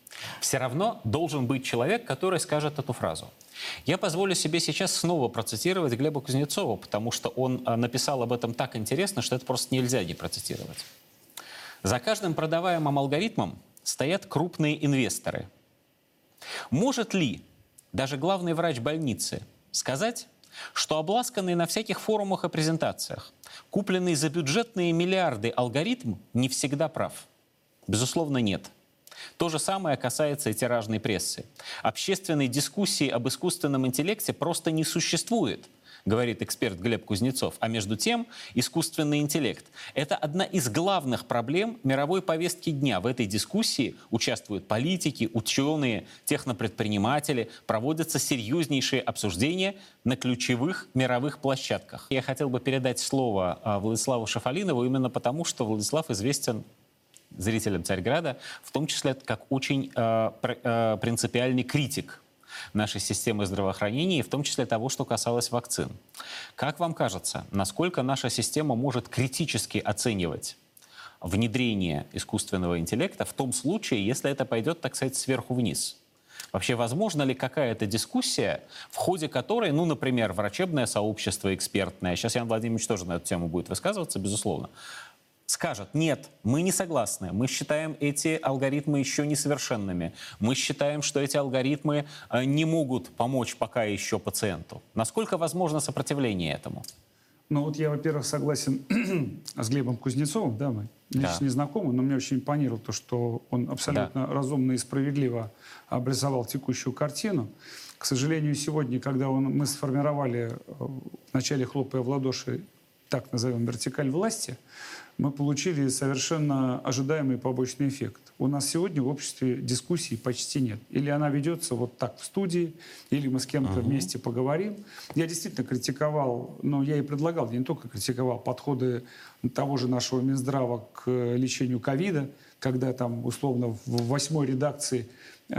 все равно должен быть человек, который скажет эту фразу. Я позволю себе сейчас снова процитировать Глеба Кузнецова, потому что он написал об этом так интересно, что это просто нельзя не процитировать. «За каждым продаваемым алгоритмом стоят крупные инвесторы. Может ли даже главный врач больницы сказать, что обласканный на всяких форумах и презентациях, купленный за бюджетные миллиарды алгоритм не всегда прав? Безусловно, нет. То же самое касается и тиражной прессы. Общественной дискуссии об искусственном интеллекте просто не существует, говорит эксперт Глеб Кузнецов. А между тем, искусственный интеллект – это одна из главных проблем мировой повестки дня. В этой дискуссии участвуют политики, ученые, технопредприниматели, проводятся серьезнейшие обсуждения на ключевых мировых площадках. Я хотел бы передать слово Владиславу Шафалинову именно потому, что Владислав известен зрителям Царьграда, в том числе как очень э, э, принципиальный критик нашей системы здравоохранения, и в том числе того, что касалось вакцин. Как вам кажется, насколько наша система может критически оценивать внедрение искусственного интеллекта в том случае, если это пойдет, так сказать, сверху вниз? Вообще, возможно ли какая-то дискуссия, в ходе которой, ну, например, врачебное сообщество экспертное, сейчас Ян Владимирович тоже на эту тему будет высказываться, безусловно, скажет: нет, мы не согласны, мы считаем эти алгоритмы еще несовершенными, мы считаем, что эти алгоритмы не могут помочь пока еще пациенту. Насколько возможно сопротивление этому? Ну вот я, во-первых, согласен с Глебом Кузнецовым, да, мы лично Да. не знакомы, но мне очень импонировало то, что он абсолютно Да. разумно и справедливо обрисовал текущую картину. К сожалению, сегодня, когда он, мы сформировали, вначале хлопая в ладоши, так назовем, вертикаль власти, мы получили совершенно ожидаемый побочный эффект. У нас сегодня в обществе дискуссии почти нет. Или она ведется вот так в студии, или мы с кем-то uh-huh. вместе поговорим. Я действительно критиковал, но я и предлагал, я не только критиковал подходы того же нашего Минздрава к лечению ковида, когда там условно в восьмой редакции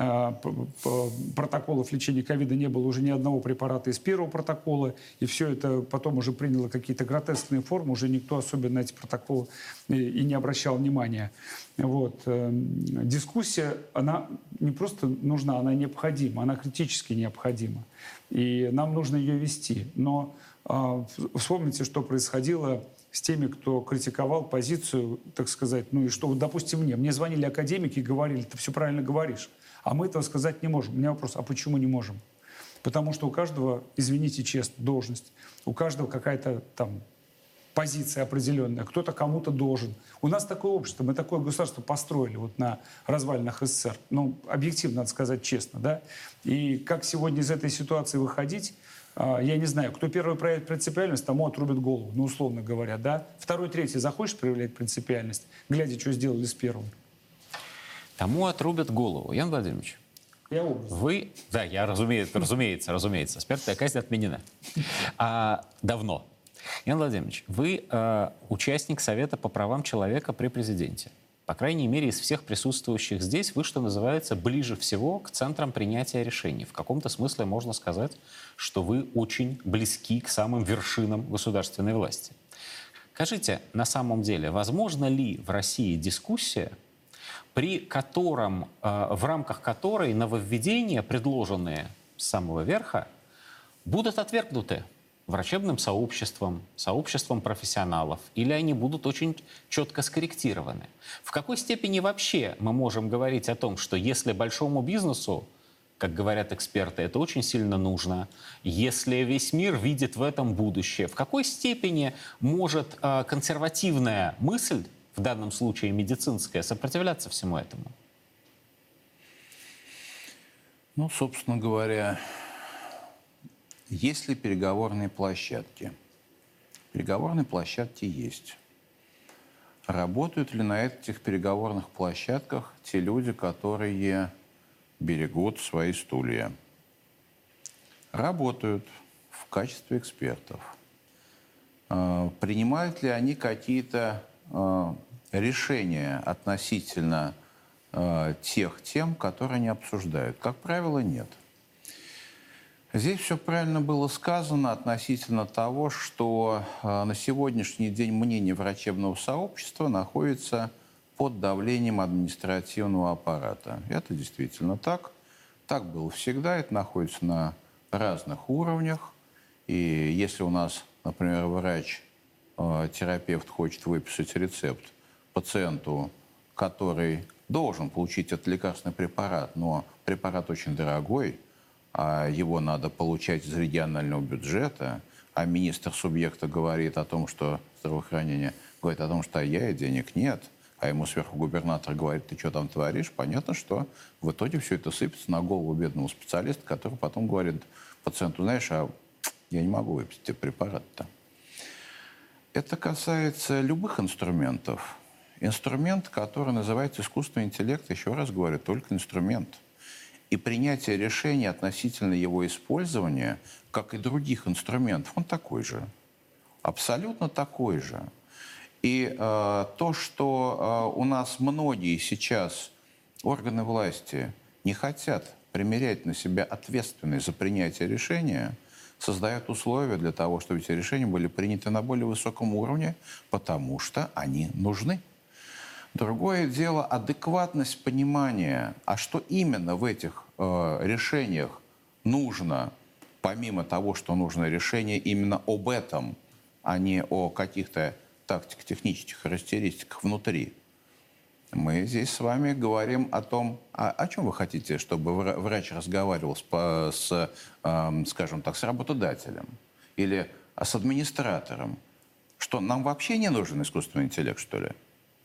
протоколов лечения ковида не было уже ни одного препарата из первого протокола, и все это потом уже приняло какие-то гротескные формы, уже никто особенно на эти протоколы и не обращал внимания. Вот. Дискуссия, она не просто нужна, она необходима, она критически необходима, и нам нужно ее вести. Но вспомните, что происходило с теми, кто критиковал позицию, так сказать, ну и что, вот, допустим, мне, мне звонили академики и говорили: ты все правильно говоришь, а мы этого сказать не можем. У меня вопрос: а почему не можем? Потому что у каждого, извините честно, должность, у каждого какая-то там позиция определенная, кто-то кому-то должен. У нас такое общество, мы такое государство построили вот на развалинах СССР. Ну, объективно, надо сказать честно, да? И как сегодня из этой ситуации выходить, я не знаю. Кто первый проявит принципиальность, тому отрубят голову, ну, условно говоря, да? Второй, третий захочешь проявлять принципиальность, глядя, что сделали с первым? Тому отрубят голову. Ян Владимирович, я образ. Вы, да, я разумеется, разумеется, разумеется, смертная казнь отменена. А, давно. Ян Владимирович, вы а, участник Совета по правам человека при президенте. По крайней мере, из всех присутствующих здесь вы, что называется, ближе всего к центрам принятия решений. В каком-то смысле можно сказать, что вы очень близки к самым вершинам государственной власти. Скажите, на самом деле, возможно ли в России дискуссия, при котором, в рамках которой нововведения, предложенные с самого верха, будут отвергнуты врачебным сообществом, сообществом профессионалов, или они будут очень четко скорректированы? В какой степени вообще мы можем говорить о том, что если большому бизнесу, как говорят эксперты, это очень сильно нужно, если весь мир видит в этом будущее, в какой степени может э, консервативная мысль, в данном случае медицинская, сопротивляться всему этому? Ну, собственно говоря, есть ли переговорные площадки? Переговорные площадки есть. Работают ли на этих переговорных площадках те люди, которые берегут свои стулья? Работают в качестве экспертов. Принимают ли они какие-то решения относительно тех тем, которые они обсуждают? Как правило, нет. Здесь все правильно было сказано относительно того, что на сегодняшний день мнение врачебного сообщества находится под давлением административного аппарата. Это действительно так. Так было всегда. Это находится на разных уровнях. И если у нас, например, врач, э, терапевт хочет выписать рецепт пациенту, который должен получить этот лекарственный препарат, но препарат очень дорогой, а его надо получать из регионального бюджета, а министр субъекта говорит о том, что здравоохранение говорит о том, что а я и денег нет, а ему сверху губернатор говорит, ты что там творишь, понятно, что в итоге все это сыпется на голову бедного специалиста, который потом говорит пациенту, знаешь, а я не могу выписать тебе препарат-то. Это касается любых инструментов. Инструмент, который называется искусственный интеллект, еще раз говорю, только инструмент. И принятие решения относительно его использования, как и других инструментов, он такой же. Абсолютно такой же. И э, то, что э, у нас многие сейчас органы власти не хотят примерять на себя ответственность за принятие решения, создает условия для того, чтобы эти решения были приняты на более высоком уровне, потому что они нужны. Другое дело адекватность понимания, а что именно в этих э, решениях нужно, помимо того, что нужно решение именно об этом, а не о каких-то тактико-технических характеристиках внутри. Мы здесь с вами говорим о том, а о чем вы хотите, чтобы врач разговаривал с, с э, скажем так, с работодателем или с администратором. Что, нам вообще не нужен искусственный интеллект, что ли?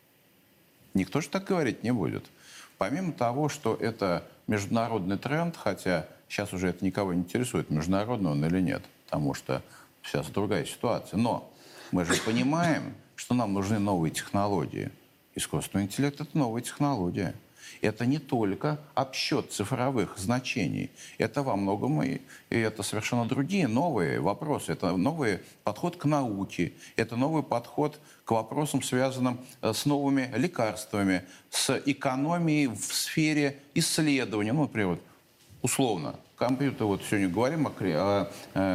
Никто же так говорить не будет. Помимо того, что это международный тренд, хотя сейчас уже это никого не интересует, международный он или нет, потому что сейчас другая ситуация. Но мы же понимаем, что нам нужны новые технологии. Искусственный интеллект – это новая технология. Это не только обсчет цифровых значений. Это во многом и, и это совершенно другие новые вопросы. Это новый подход к науке. Это новый подход к вопросам, связанным с новыми лекарствами, с экономией в сфере исследования. Ну, например, вот, условно, компьютер, вот сегодня говорим о, о,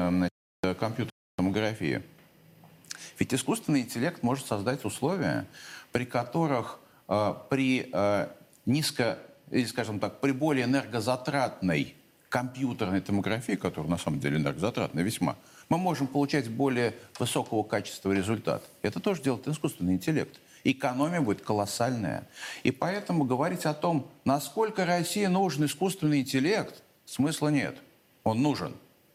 о компьютерной томографии. Ведь искусственный интеллект может создать условия, при которых э, при э, низко, или, скажем так, при более энергозатратной компьютерной томографии, которая на самом деле энергозатратная весьма, мы можем получать более высокого качества результат. Это тоже делает искусственный интеллект. Экономия будет колоссальная. И поэтому говорить о том, насколько России нужен искусственный интеллект, смысла нет. Он нужен.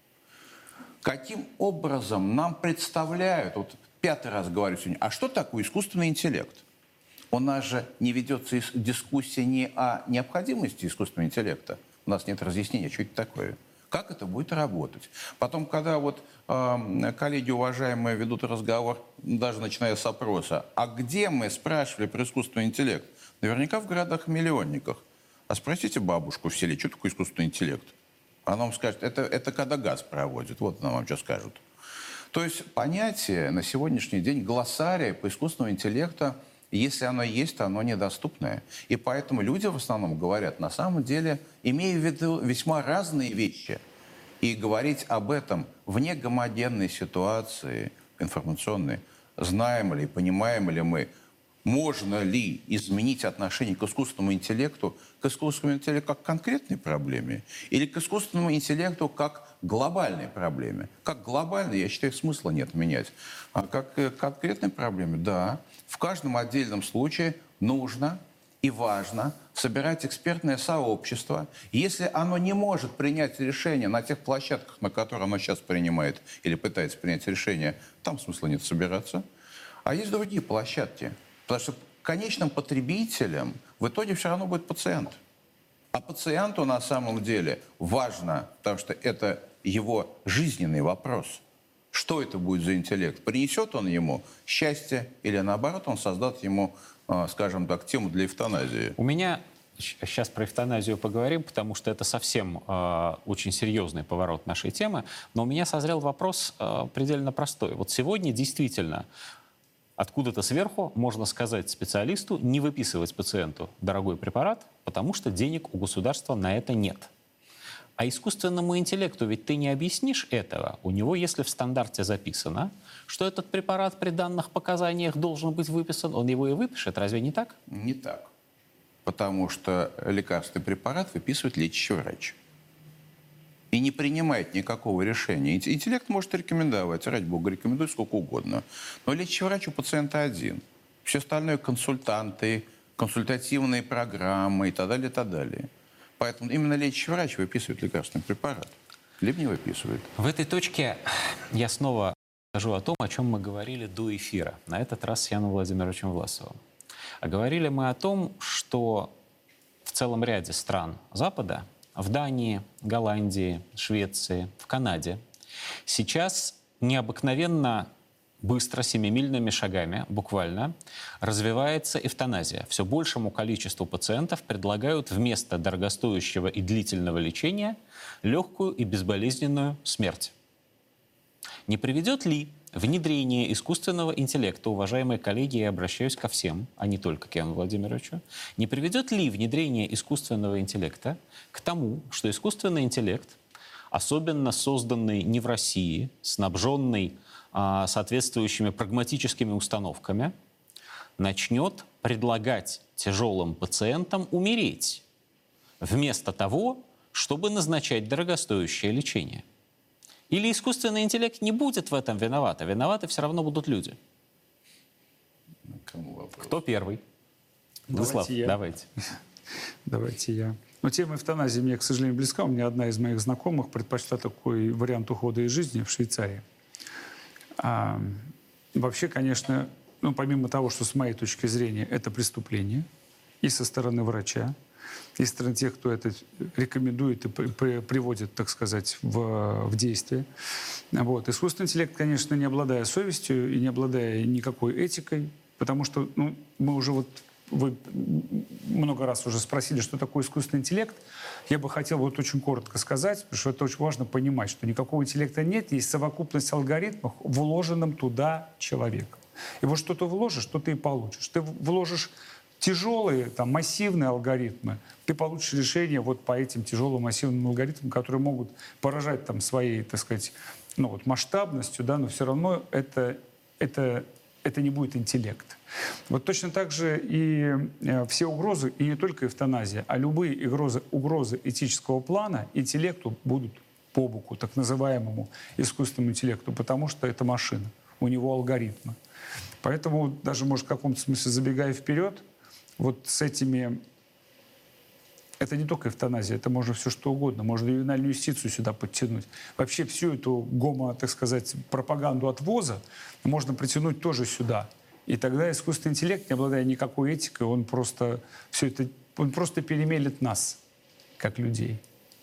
Каким образом нам представляют, вот пятый раз говорю сегодня, а что такое искусственный интеллект? У нас же не ведется дискуссия не о необходимости искусственного интеллекта. У нас нет разъяснения, что это такое. Как это будет работать? Потом, когда вот э, коллеги уважаемые ведут разговор, даже начиная с опроса, а где мы спрашивали про искусственный интеллект? Наверняка в городах-миллионниках. А спросите бабушку в селе, что такое искусственный интеллект? Она вам скажет, это, это когда газ проводит. Вот она вам что скажут. То есть понятие на сегодняшний день глоссария по искусственному интеллекту, если оно есть, то оно недоступное. И поэтому люди в основном говорят, на самом деле, имея в виду весьма разные вещи. И говорить об этом вне гомогенной ситуации информационной, знаем ли, понимаем ли мы, можно ли изменить отношение к искусственному интеллекту, к искусственному интеллекту как к конкретной проблеме, или к искусственному интеллекту как к глобальной проблеме. Как глобальной, я считаю, смысла нет менять. А как к конкретной проблеме, да, в каждом отдельном случае нужно и важно собирать экспертное сообщество. Если оно не может принять решение на тех площадках, на которых оно сейчас принимает или пытается принять решение, там смысла нет собираться. А есть другие площадки. Потому что конечным потребителем в итоге все равно будет пациент. А пациенту на самом деле важно, потому что это его жизненный вопрос. Что это будет за интеллект? Принесет он ему счастье или наоборот он создаст ему, скажем так, тему для эвтаназии? У меня сейчас про эвтаназию поговорим, потому что это совсем э, очень серьезный поворот нашей темы. Но у меня созрел вопрос э, предельно простой. Вот сегодня действительно откуда-то сверху можно сказать специалисту не выписывать пациенту дорогой препарат, потому что денег у государства на это нет. А искусственному интеллекту ведь ты не объяснишь этого. У него, если в стандарте записано, что этот препарат при данных показаниях должен быть выписан, он его и выпишет. Разве не так? Не так. Потому что лекарственный препарат выписывает лечащий врач. И не принимает никакого решения. Интеллект может рекомендовать, ради бога, рекомендует сколько угодно. Но лечащий врач у пациента один. Все остальное консультанты, консультативные программы и так далее, и так далее. Поэтому именно лечащий врач выписывает лекарственный препарат. Либо не выписывает. В этой точке я снова скажу о том, о чем мы говорили до эфира. На этот раз с Яном Владимировичем Власовым. А говорили мы о том, что в целом ряде стран Запада, в Дании, Голландии, Швеции, в Канаде, сейчас необыкновенно быстро, семимильными шагами, буквально, развивается эвтаназия. Все большему количеству пациентов предлагают вместо дорогостоящего и длительного лечения легкую и безболезненную смерть. Не приведет ли внедрение искусственного интеллекта, уважаемые коллеги, я обращаюсь ко всем, а не только к Яну Владимировичу, не приведет ли внедрение искусственного интеллекта к тому, что искусственный интеллект, особенно созданный не в России, снабженный а, соответствующими прагматическими установками, начнет предлагать тяжелым пациентам умереть, вместо того, чтобы назначать дорогостоящее лечение? Или искусственный интеллект не будет в этом виноват, а виноваты все равно будут люди? Кому вопрос? Кто первый? Владислав, Давайте я. давайте. Давайте я. Но тема эвтаназии мне, к сожалению, близка. У меня одна из моих знакомых предпочла такой вариант ухода из жизни в Швейцарии. А, вообще, конечно, ну, помимо того, что с моей точки зрения это преступление и со стороны врача, и со стороны тех, кто это рекомендует и при, при, приводит, так сказать, в, в действие. Вот. Искусственный интеллект, конечно, не обладая совестью и не обладая никакой этикой, потому что ну, мы уже вот вы много раз уже спросили, что такое искусственный интеллект. Я бы хотел вот очень коротко сказать, потому что это очень важно понимать, что никакого интеллекта нет, есть совокупность алгоритмов, вложенным туда человеком. И вот что ты вложишь, что ты и получишь. Ты вложишь тяжелые, там, массивные алгоритмы, ты получишь решение вот по этим тяжелым массивным алгоритмам, которые могут поражать там своей, так сказать, ну, вот, масштабностью, да, но все равно это, это, это не будет интеллект. Вот точно так же и э, все угрозы, и не только эвтаназия, а любые угрозы, угрозы этического плана интеллекту будут по боку, так называемому искусственному интеллекту, потому что это машина, у него алгоритмы. Поэтому даже, может, в каком-то смысле забегая вперед, вот с этими... Это не только эвтаназия, это можно все что угодно. Можно ювенальную юстицию сюда подтянуть. Вообще всю эту гомо, так сказать, пропаганду отвоза можно притянуть тоже сюда. И тогда искусственный интеллект, не обладая никакой этикой, он просто все это, он просто перемелет нас, как людей.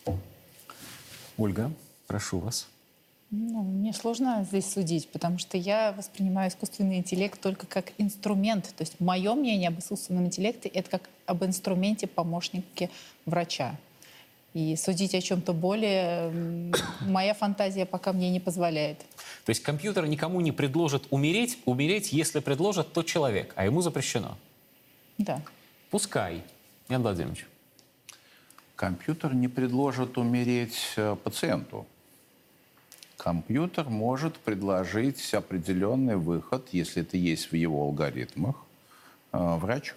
Ольга, прошу вас. Ну, мне сложно здесь судить, потому что я воспринимаю искусственный интеллект только как инструмент. То есть мое мнение об искусственном интеллекте — это как об инструменте помощнике врача. И судить о чем-то более м, моя фантазия пока мне не позволяет. То есть компьютер никому не предложит умереть, умереть, если предложит тот человек, а ему запрещено. Да. Пускай. Ян Владимирович. Компьютер не предложит умереть э, пациенту. Компьютер может предложить определенный выход, если это есть в его алгоритмах, э, врачу.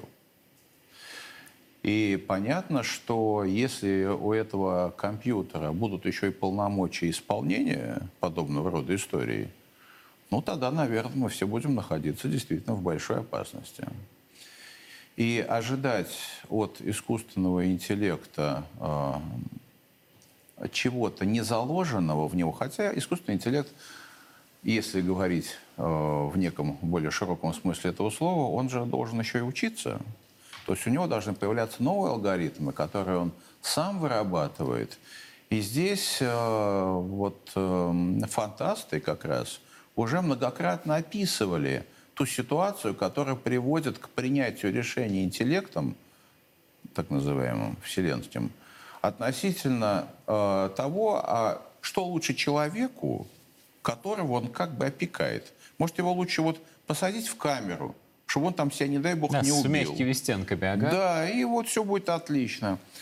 И понятно, что если у этого компьютера будут еще и полномочия исполнения подобного рода истории, ну тогда, наверное, мы все будем находиться действительно в большой опасности. И ожидать от искусственного интеллекта э, чего-то не заложенного в него, хотя искусственный интеллект, если говорить э, в неком более широком смысле этого слова, он же должен еще и учиться. То есть у него должны появляться новые алгоритмы, которые он сам вырабатывает. И здесь э, вот э, фантасты как раз уже многократно описывали ту ситуацию, которая приводит к принятию решений интеллектом, так называемым вселенским, относительно э, того, а что лучше человеку, которого он как бы опекает. Может, его лучше вот посадить в камеру, чтобы он там себя, не дай бог, Да, не с убил. мягкими стенками, ага. Да, и вот все будет отлично.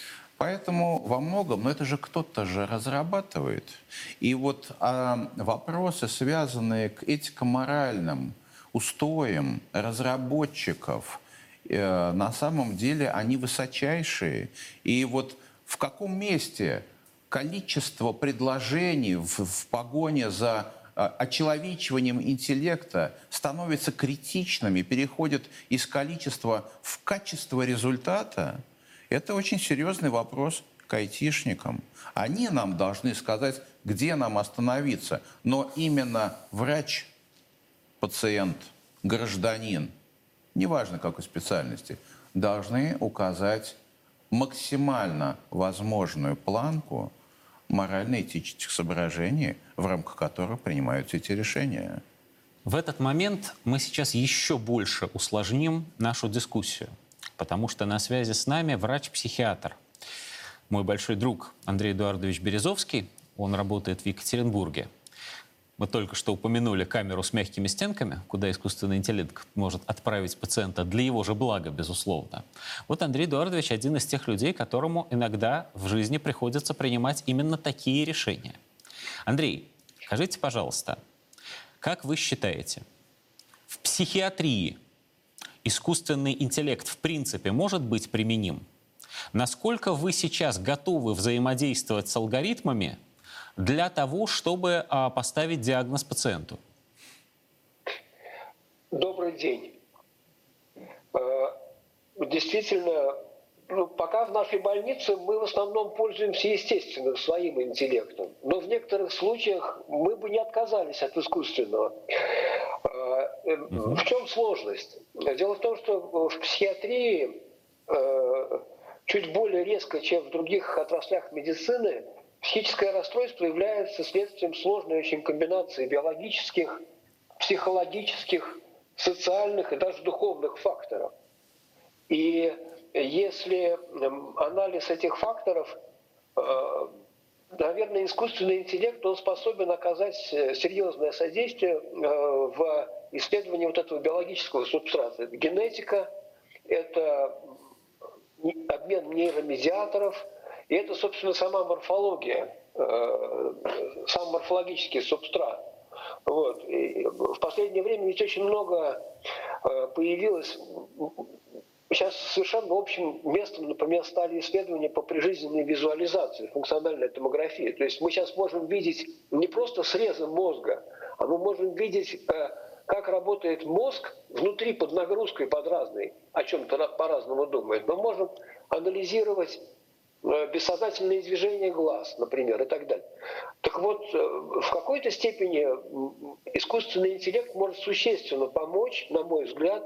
Поэтому во многом, но это же кто-то же разрабатывает. И вот а, вопросы, связанные к этико-моральным устоям разработчиков, э, на самом деле они высочайшие. И вот в каком месте количество предложений в, в погоне за э, очеловечиванием интеллекта становится критичными, переходит из количества в качество результата, это очень серьезный вопрос к айтишникам. Они нам должны сказать, где нам остановиться. Но именно врач, пациент, гражданин, неважно какой специальности, должны указать максимально возможную планку морально-этических соображений, в рамках которых принимаются эти решения. В этот момент мы сейчас еще больше усложним нашу дискуссию, потому что на связи с нами врач-психиатр. Мой большой друг Андрей Эдуардович Березовский, он работает в Екатеринбурге. Мы только что упомянули камеру с мягкими стенками, куда искусственный интеллект может отправить пациента для его же блага, безусловно. Вот Андрей Эдуардович один из тех людей, которому иногда в жизни приходится принимать именно такие решения. Андрей, скажите, пожалуйста, как вы считаете, в психиатрии искусственный интеллект в принципе может быть применим? Насколько вы сейчас готовы взаимодействовать с алгоритмами для того, чтобы а, поставить диагноз пациенту? Добрый день. Действительно, ну, пока в нашей больнице мы в основном пользуемся естественным своим интеллектом, но в некоторых случаях мы бы не отказались от искусственного. В чем сложность? Дело в том, что в психиатрии чуть более резко, чем в других отраслях медицины, психическое расстройство является следствием сложной очень комбинации биологических, психологических, социальных и даже духовных факторов. И если анализ этих факторов, наверное, искусственный интеллект, он способен оказать серьезное содействие в исследовании вот этого биологического субстрата. Это генетика, это обмен нейромедиаторов, и это, собственно, сама морфология, сам морфологический субстрат. Вот. И в последнее время ведь очень много появилось. Сейчас совершенно общим местом, например, стали исследования по прижизненной визуализации, функциональной томографии. То есть мы сейчас можем видеть не просто срезы мозга, а мы можем видеть, как работает мозг внутри под нагрузкой, под разной, о чем-то по-разному думает. Мы можем анализировать бессознательные движения глаз, например, и так далее. Так вот, в какой-то степени искусственный интеллект может существенно помочь, на мой взгляд,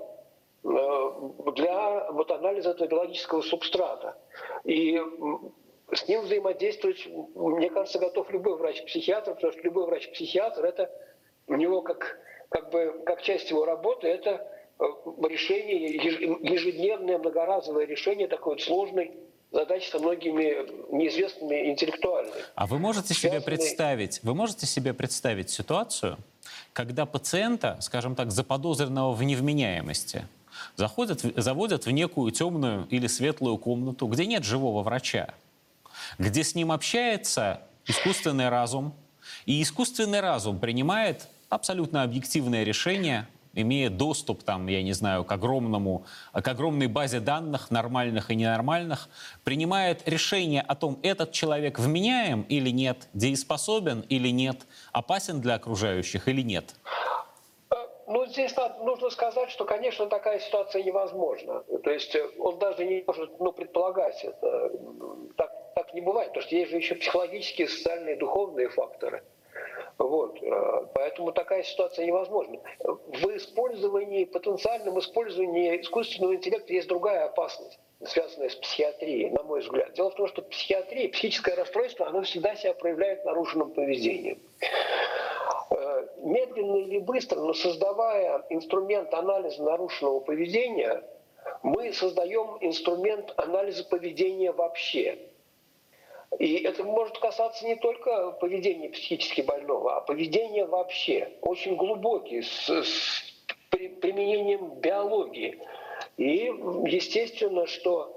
для вот анализа этого биологического субстрата. И с ним взаимодействовать, мне кажется, готов любой врач-психиатр, потому что любой врач-психиатр, это у него как, как бы, как часть его работы, это решение, ежедневное, многоразовое решение такой вот сложной задачи со многими неизвестными интеллектуальными. А вы можете себе представить, вы можете себе представить ситуацию, когда пациента, скажем так, заподозренного в невменяемости, заходят, заводят в некую темную или светлую комнату, где нет живого врача, где с ним общается искусственный разум, и искусственный разум принимает абсолютно объективное решение, имея доступ, там, я не знаю, к, огромному, к огромной базе данных, нормальных и ненормальных, принимает решение о том, этот человек вменяем или нет, дееспособен или нет, опасен для окружающих или нет? Ну, здесь надо, нужно сказать, что, конечно, такая ситуация невозможна. То есть он даже не может ну, предполагать это. Так, так не бывает, потому что есть же еще психологические, социальные, духовные факторы. Вот. Поэтому такая ситуация невозможна. В использовании, потенциальном использовании искусственного интеллекта есть другая опасность, связанная с психиатрией, на мой взгляд. Дело в том, что психиатрия, психическое расстройство, оно всегда себя проявляет нарушенным поведением. Медленно или быстро, но создавая инструмент анализа нарушенного поведения, мы создаем инструмент анализа поведения вообще. И это может касаться не только поведения психически больного, а поведения вообще, очень глубокий, с, с применением биологии. И естественно, что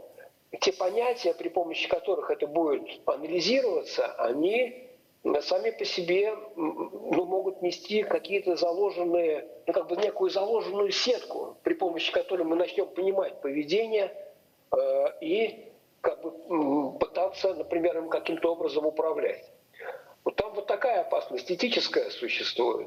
те понятия, при помощи которых это будет анализироваться, они сами по себе ну, могут нести какие-то заложенные, ну как бы некую заложенную сетку, при помощи которой мы начнем понимать поведение э, и как бы пытаться, например, им каким-то образом управлять. Вот там вот такая опасность этическая существует.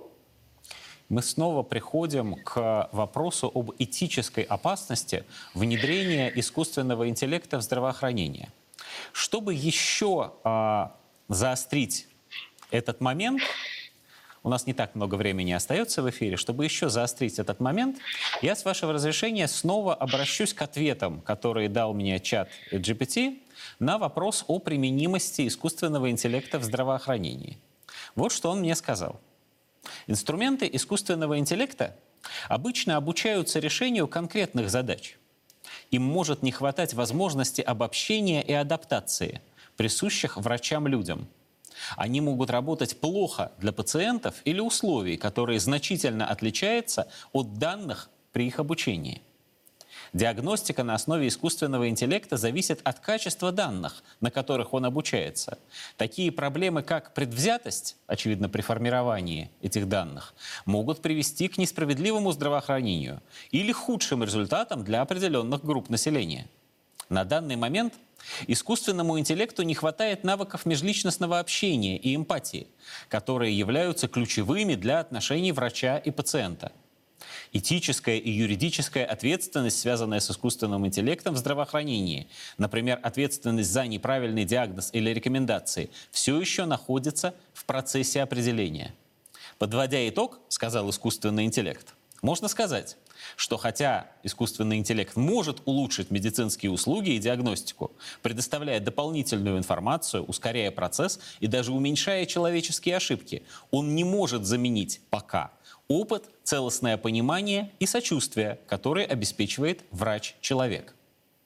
Мы снова приходим к вопросу об этической опасности внедрения искусственного интеллекта в здравоохранение. Чтобы еще э, заострить этот момент, у нас не так много времени остается в эфире, чтобы еще заострить этот момент, я, с вашего разрешения, снова обращусь к ответам, которые дал мне чат джи пи ти на вопрос о применимости искусственного интеллекта в здравоохранении. Вот что он мне сказал. Инструменты искусственного интеллекта обычно обучаются решению конкретных задач. Им может не хватать возможности обобщения и адаптации, присущих врачам-людям. Они могут работать плохо для пациентов или условий, которые значительно отличаются от данных при их обучении. Диагностика на основе искусственного интеллекта зависит от качества данных, на которых он обучается. Такие проблемы, как предвзятость, очевидно, при формировании этих данных, могут привести к несправедливому здравоохранению или худшим результатам для определенных групп населения. На данный момент искусственному интеллекту не хватает навыков межличностного общения и эмпатии, которые являются ключевыми для отношений врача и пациента. Этическая и юридическая ответственность, связанная с искусственным интеллектом в здравоохранении, например, ответственность за неправильный диагноз или рекомендации, все еще находится в процессе определения. Подводя итог, сказал искусственный интеллект, можно сказать, что хотя искусственный интеллект может улучшить медицинские услуги и диагностику, предоставляя дополнительную информацию, ускоряя процесс и даже уменьшая человеческие ошибки, он не может заменить пока опыт, целостное понимание и сочувствие, которые обеспечивает врач-человек.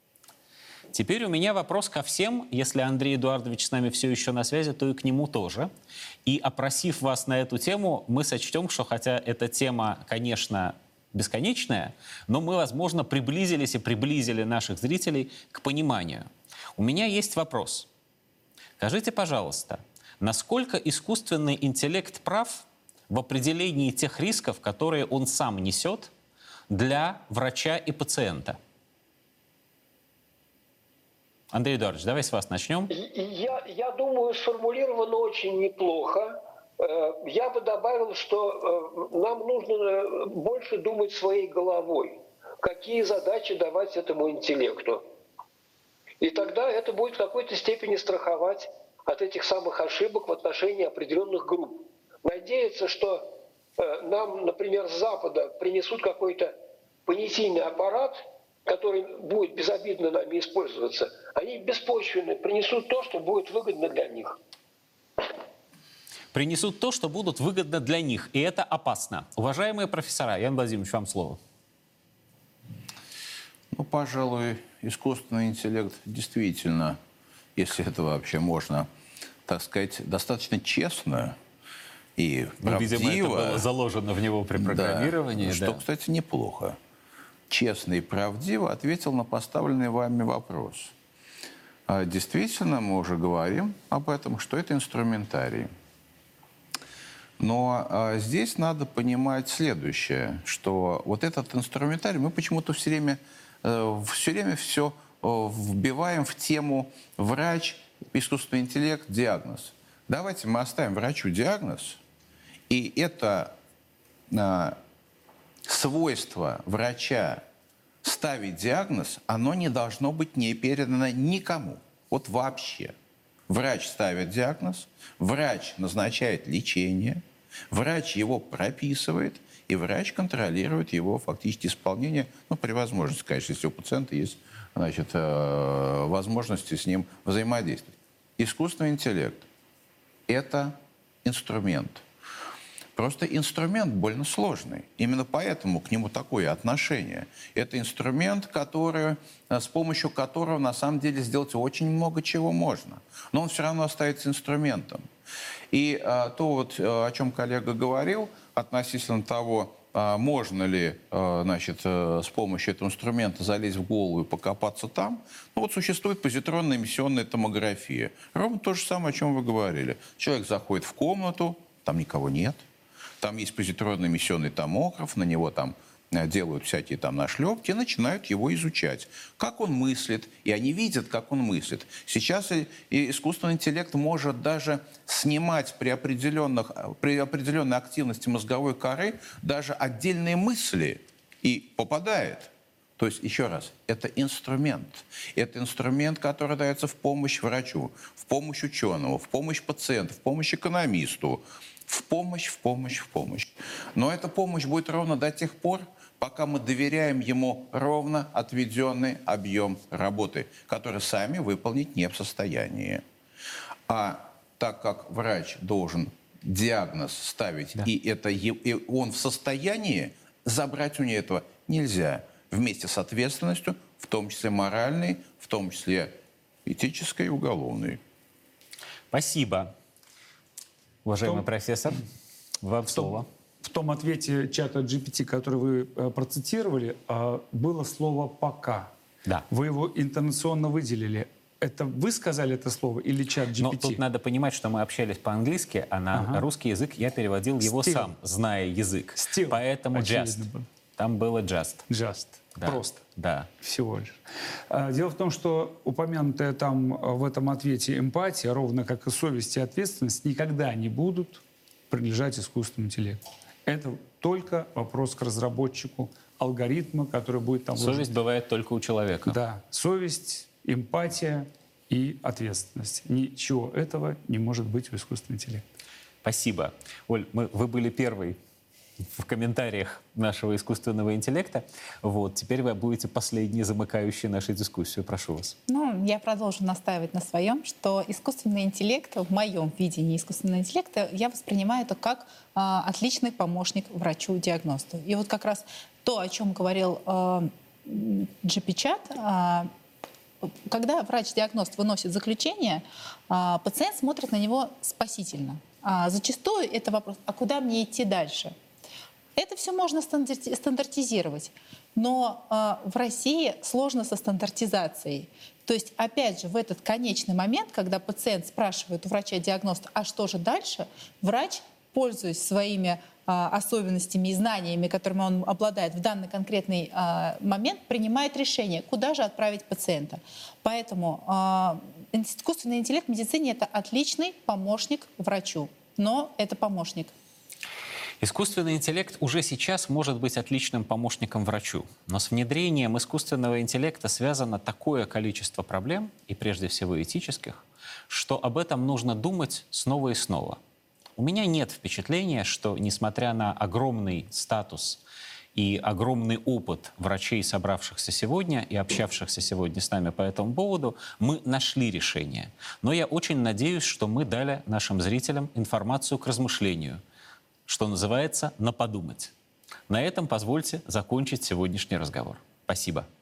Теперь у меня вопрос ко всем. Если Андрей Эдуардович с нами все еще на связи, то и к нему тоже. И опросив вас на эту тему, мы сочтем, что хотя эта тема, конечно, бесконечная, но мы, возможно, приблизились и приблизили наших зрителей к пониманию. У меня есть вопрос. Скажите, пожалуйста, насколько искусственный интеллект прав в определении тех рисков, которые он сам несет для врача и пациента? Андрей Эдуардович, давай с вас начнем. Я, я думаю, сформулировано очень неплохо. Я бы добавил, что нам нужно больше думать своей головой, какие задачи давать этому интеллекту. И тогда это будет в какой-то степени страховать от этих самых ошибок в отношении определенных групп. Надеяться, что нам, например, с Запада принесут какой-то понятийный аппарат, который будет безобидно нами использоваться, они беспочвенно принесут то, что будет выгодно для них. Принесут то, что будут выгодно для них, и это опасно. Уважаемые профессора, Ян Владимирович, вам слово. Ну, пожалуй, искусственный интеллект действительно, если это вообще можно, так сказать, достаточно честно и правдиво. Ну, видимо, это было заложено в него при программировании. Да, что, да. кстати, неплохо. Честно и правдиво ответил на поставленный вами вопрос. Действительно, мы уже говорим об этом, что это инструментарий. Но а, здесь надо понимать следующее, что вот этот инструментарий, мы почему-то все время, э, все время все э, вбиваем в тему врач, искусственный интеллект, диагноз. Давайте мы оставим врачу диагноз, и это э, свойство врача ставить диагноз, оно не должно быть не передано никому. Вот вообще. Врач ставит диагноз, врач назначает лечение, врач его прописывает, и врач контролирует его фактически исполнение, ну, при возможности, конечно, если у пациента есть, значит, э, возможности с ним взаимодействовать. Искусственный интеллект – это инструмент. Просто инструмент больно сложный. Именно поэтому к нему такое отношение. Это инструмент, который, с помощью которого на самом деле сделать очень много чего можно. Но он все равно остается инструментом. И а, то, вот, о чем коллега говорил, относительно того, а можно ли, значит, с помощью этого инструмента залезть в голову и покопаться там, ну вот существует позитронная эмиссионная томография. Ровно то же самое, о чем вы говорили. Человек заходит в комнату, там никого нет, там есть позитронный эмиссионный томограф, на него там делают всякие там нашлепки и начинают его изучать. Как он мыслит, и они видят, как он мыслит. Сейчас и, и искусственный интеллект может даже снимать при, определенных, при определенной активности мозговой коры даже отдельные мысли и попадает. То есть, еще раз, это инструмент. Это инструмент, который дается в помощь врачу, в помощь ученому, в помощь пациенту, в помощь экономисту, в помощь, в помощь, в помощь. Но эта помощь будет ровно до тех пор, пока мы доверяем ему ровно отведенный объем работы, который сами выполнить не в состоянии. А так как врач должен диагноз ставить, да. и, это, и он в состоянии, забрать у него этого нельзя. Вместе с ответственностью, в том числе моральной, в том числе этической и уголовной. Спасибо, уважаемый том, профессор. Вам слово. В том ответе чата джи пи ти, который вы э, процитировали, э, было слово «пока». Да. Вы его интонационно выделили. Это вы сказали это слово или чат джи пи ти? Но тут надо понимать, что мы общались по-английски, а на ага. русский язык я переводил его Still. сам, зная язык. Still. Поэтому just. Было. Там было just. Just. Да. Просто. Да. Всего лишь. Дело в том, что упомянутая там в этом ответе эмпатия, ровно как и совесть и ответственность, никогда не будут принадлежать искусственному интеллекту. Это только вопрос к разработчику алгоритма, который будет там вложен. Совесть бывает только у человека. Да. Совесть, эмпатия и ответственность. Ничего этого не может быть у искусственного интеллекта. Спасибо. Оль, мы, вы были первой в комментариях нашего искусственного интеллекта. Вот. Теперь вы будете последние, замыкающие нашу дискуссию. Прошу вас. Ну, я продолжу настаивать на своем, что искусственный интеллект, в моем видении искусственного интеллекта, я воспринимаю это как а, отличный помощник врачу-диагносту. И вот как раз то, о чем говорил а, джи пи-чат, а, когда врач-диагност выносит заключение, а, пациент смотрит на него спасительно. А, зачастую это вопрос, а куда мне идти дальше? Это все можно стандартизировать, но э, в России сложно со стандартизацией. То есть, опять же, в этот конечный момент, когда пациент спрашивает у врача-диагноста, а что же дальше, врач, пользуясь своими э, особенностями и знаниями, которыми он обладает в данный конкретный э, момент, принимает решение, куда же отправить пациента. Поэтому э, искусственный интеллект в медицине — это отличный помощник врачу, но это помощник. Искусственный интеллект уже сейчас может быть отличным помощником врачу. Но с внедрением искусственного интеллекта связано такое количество проблем, и прежде всего этических, что об этом нужно думать снова и снова. У меня нет впечатления, что, несмотря на огромный статус и огромный опыт врачей, собравшихся сегодня и общавшихся сегодня с нами по этому поводу, мы нашли решение. Но я очень надеюсь, что мы дали нашим зрителям информацию к размышлению, что называется, на подумать. На этом позвольте закончить сегодняшний разговор. Спасибо.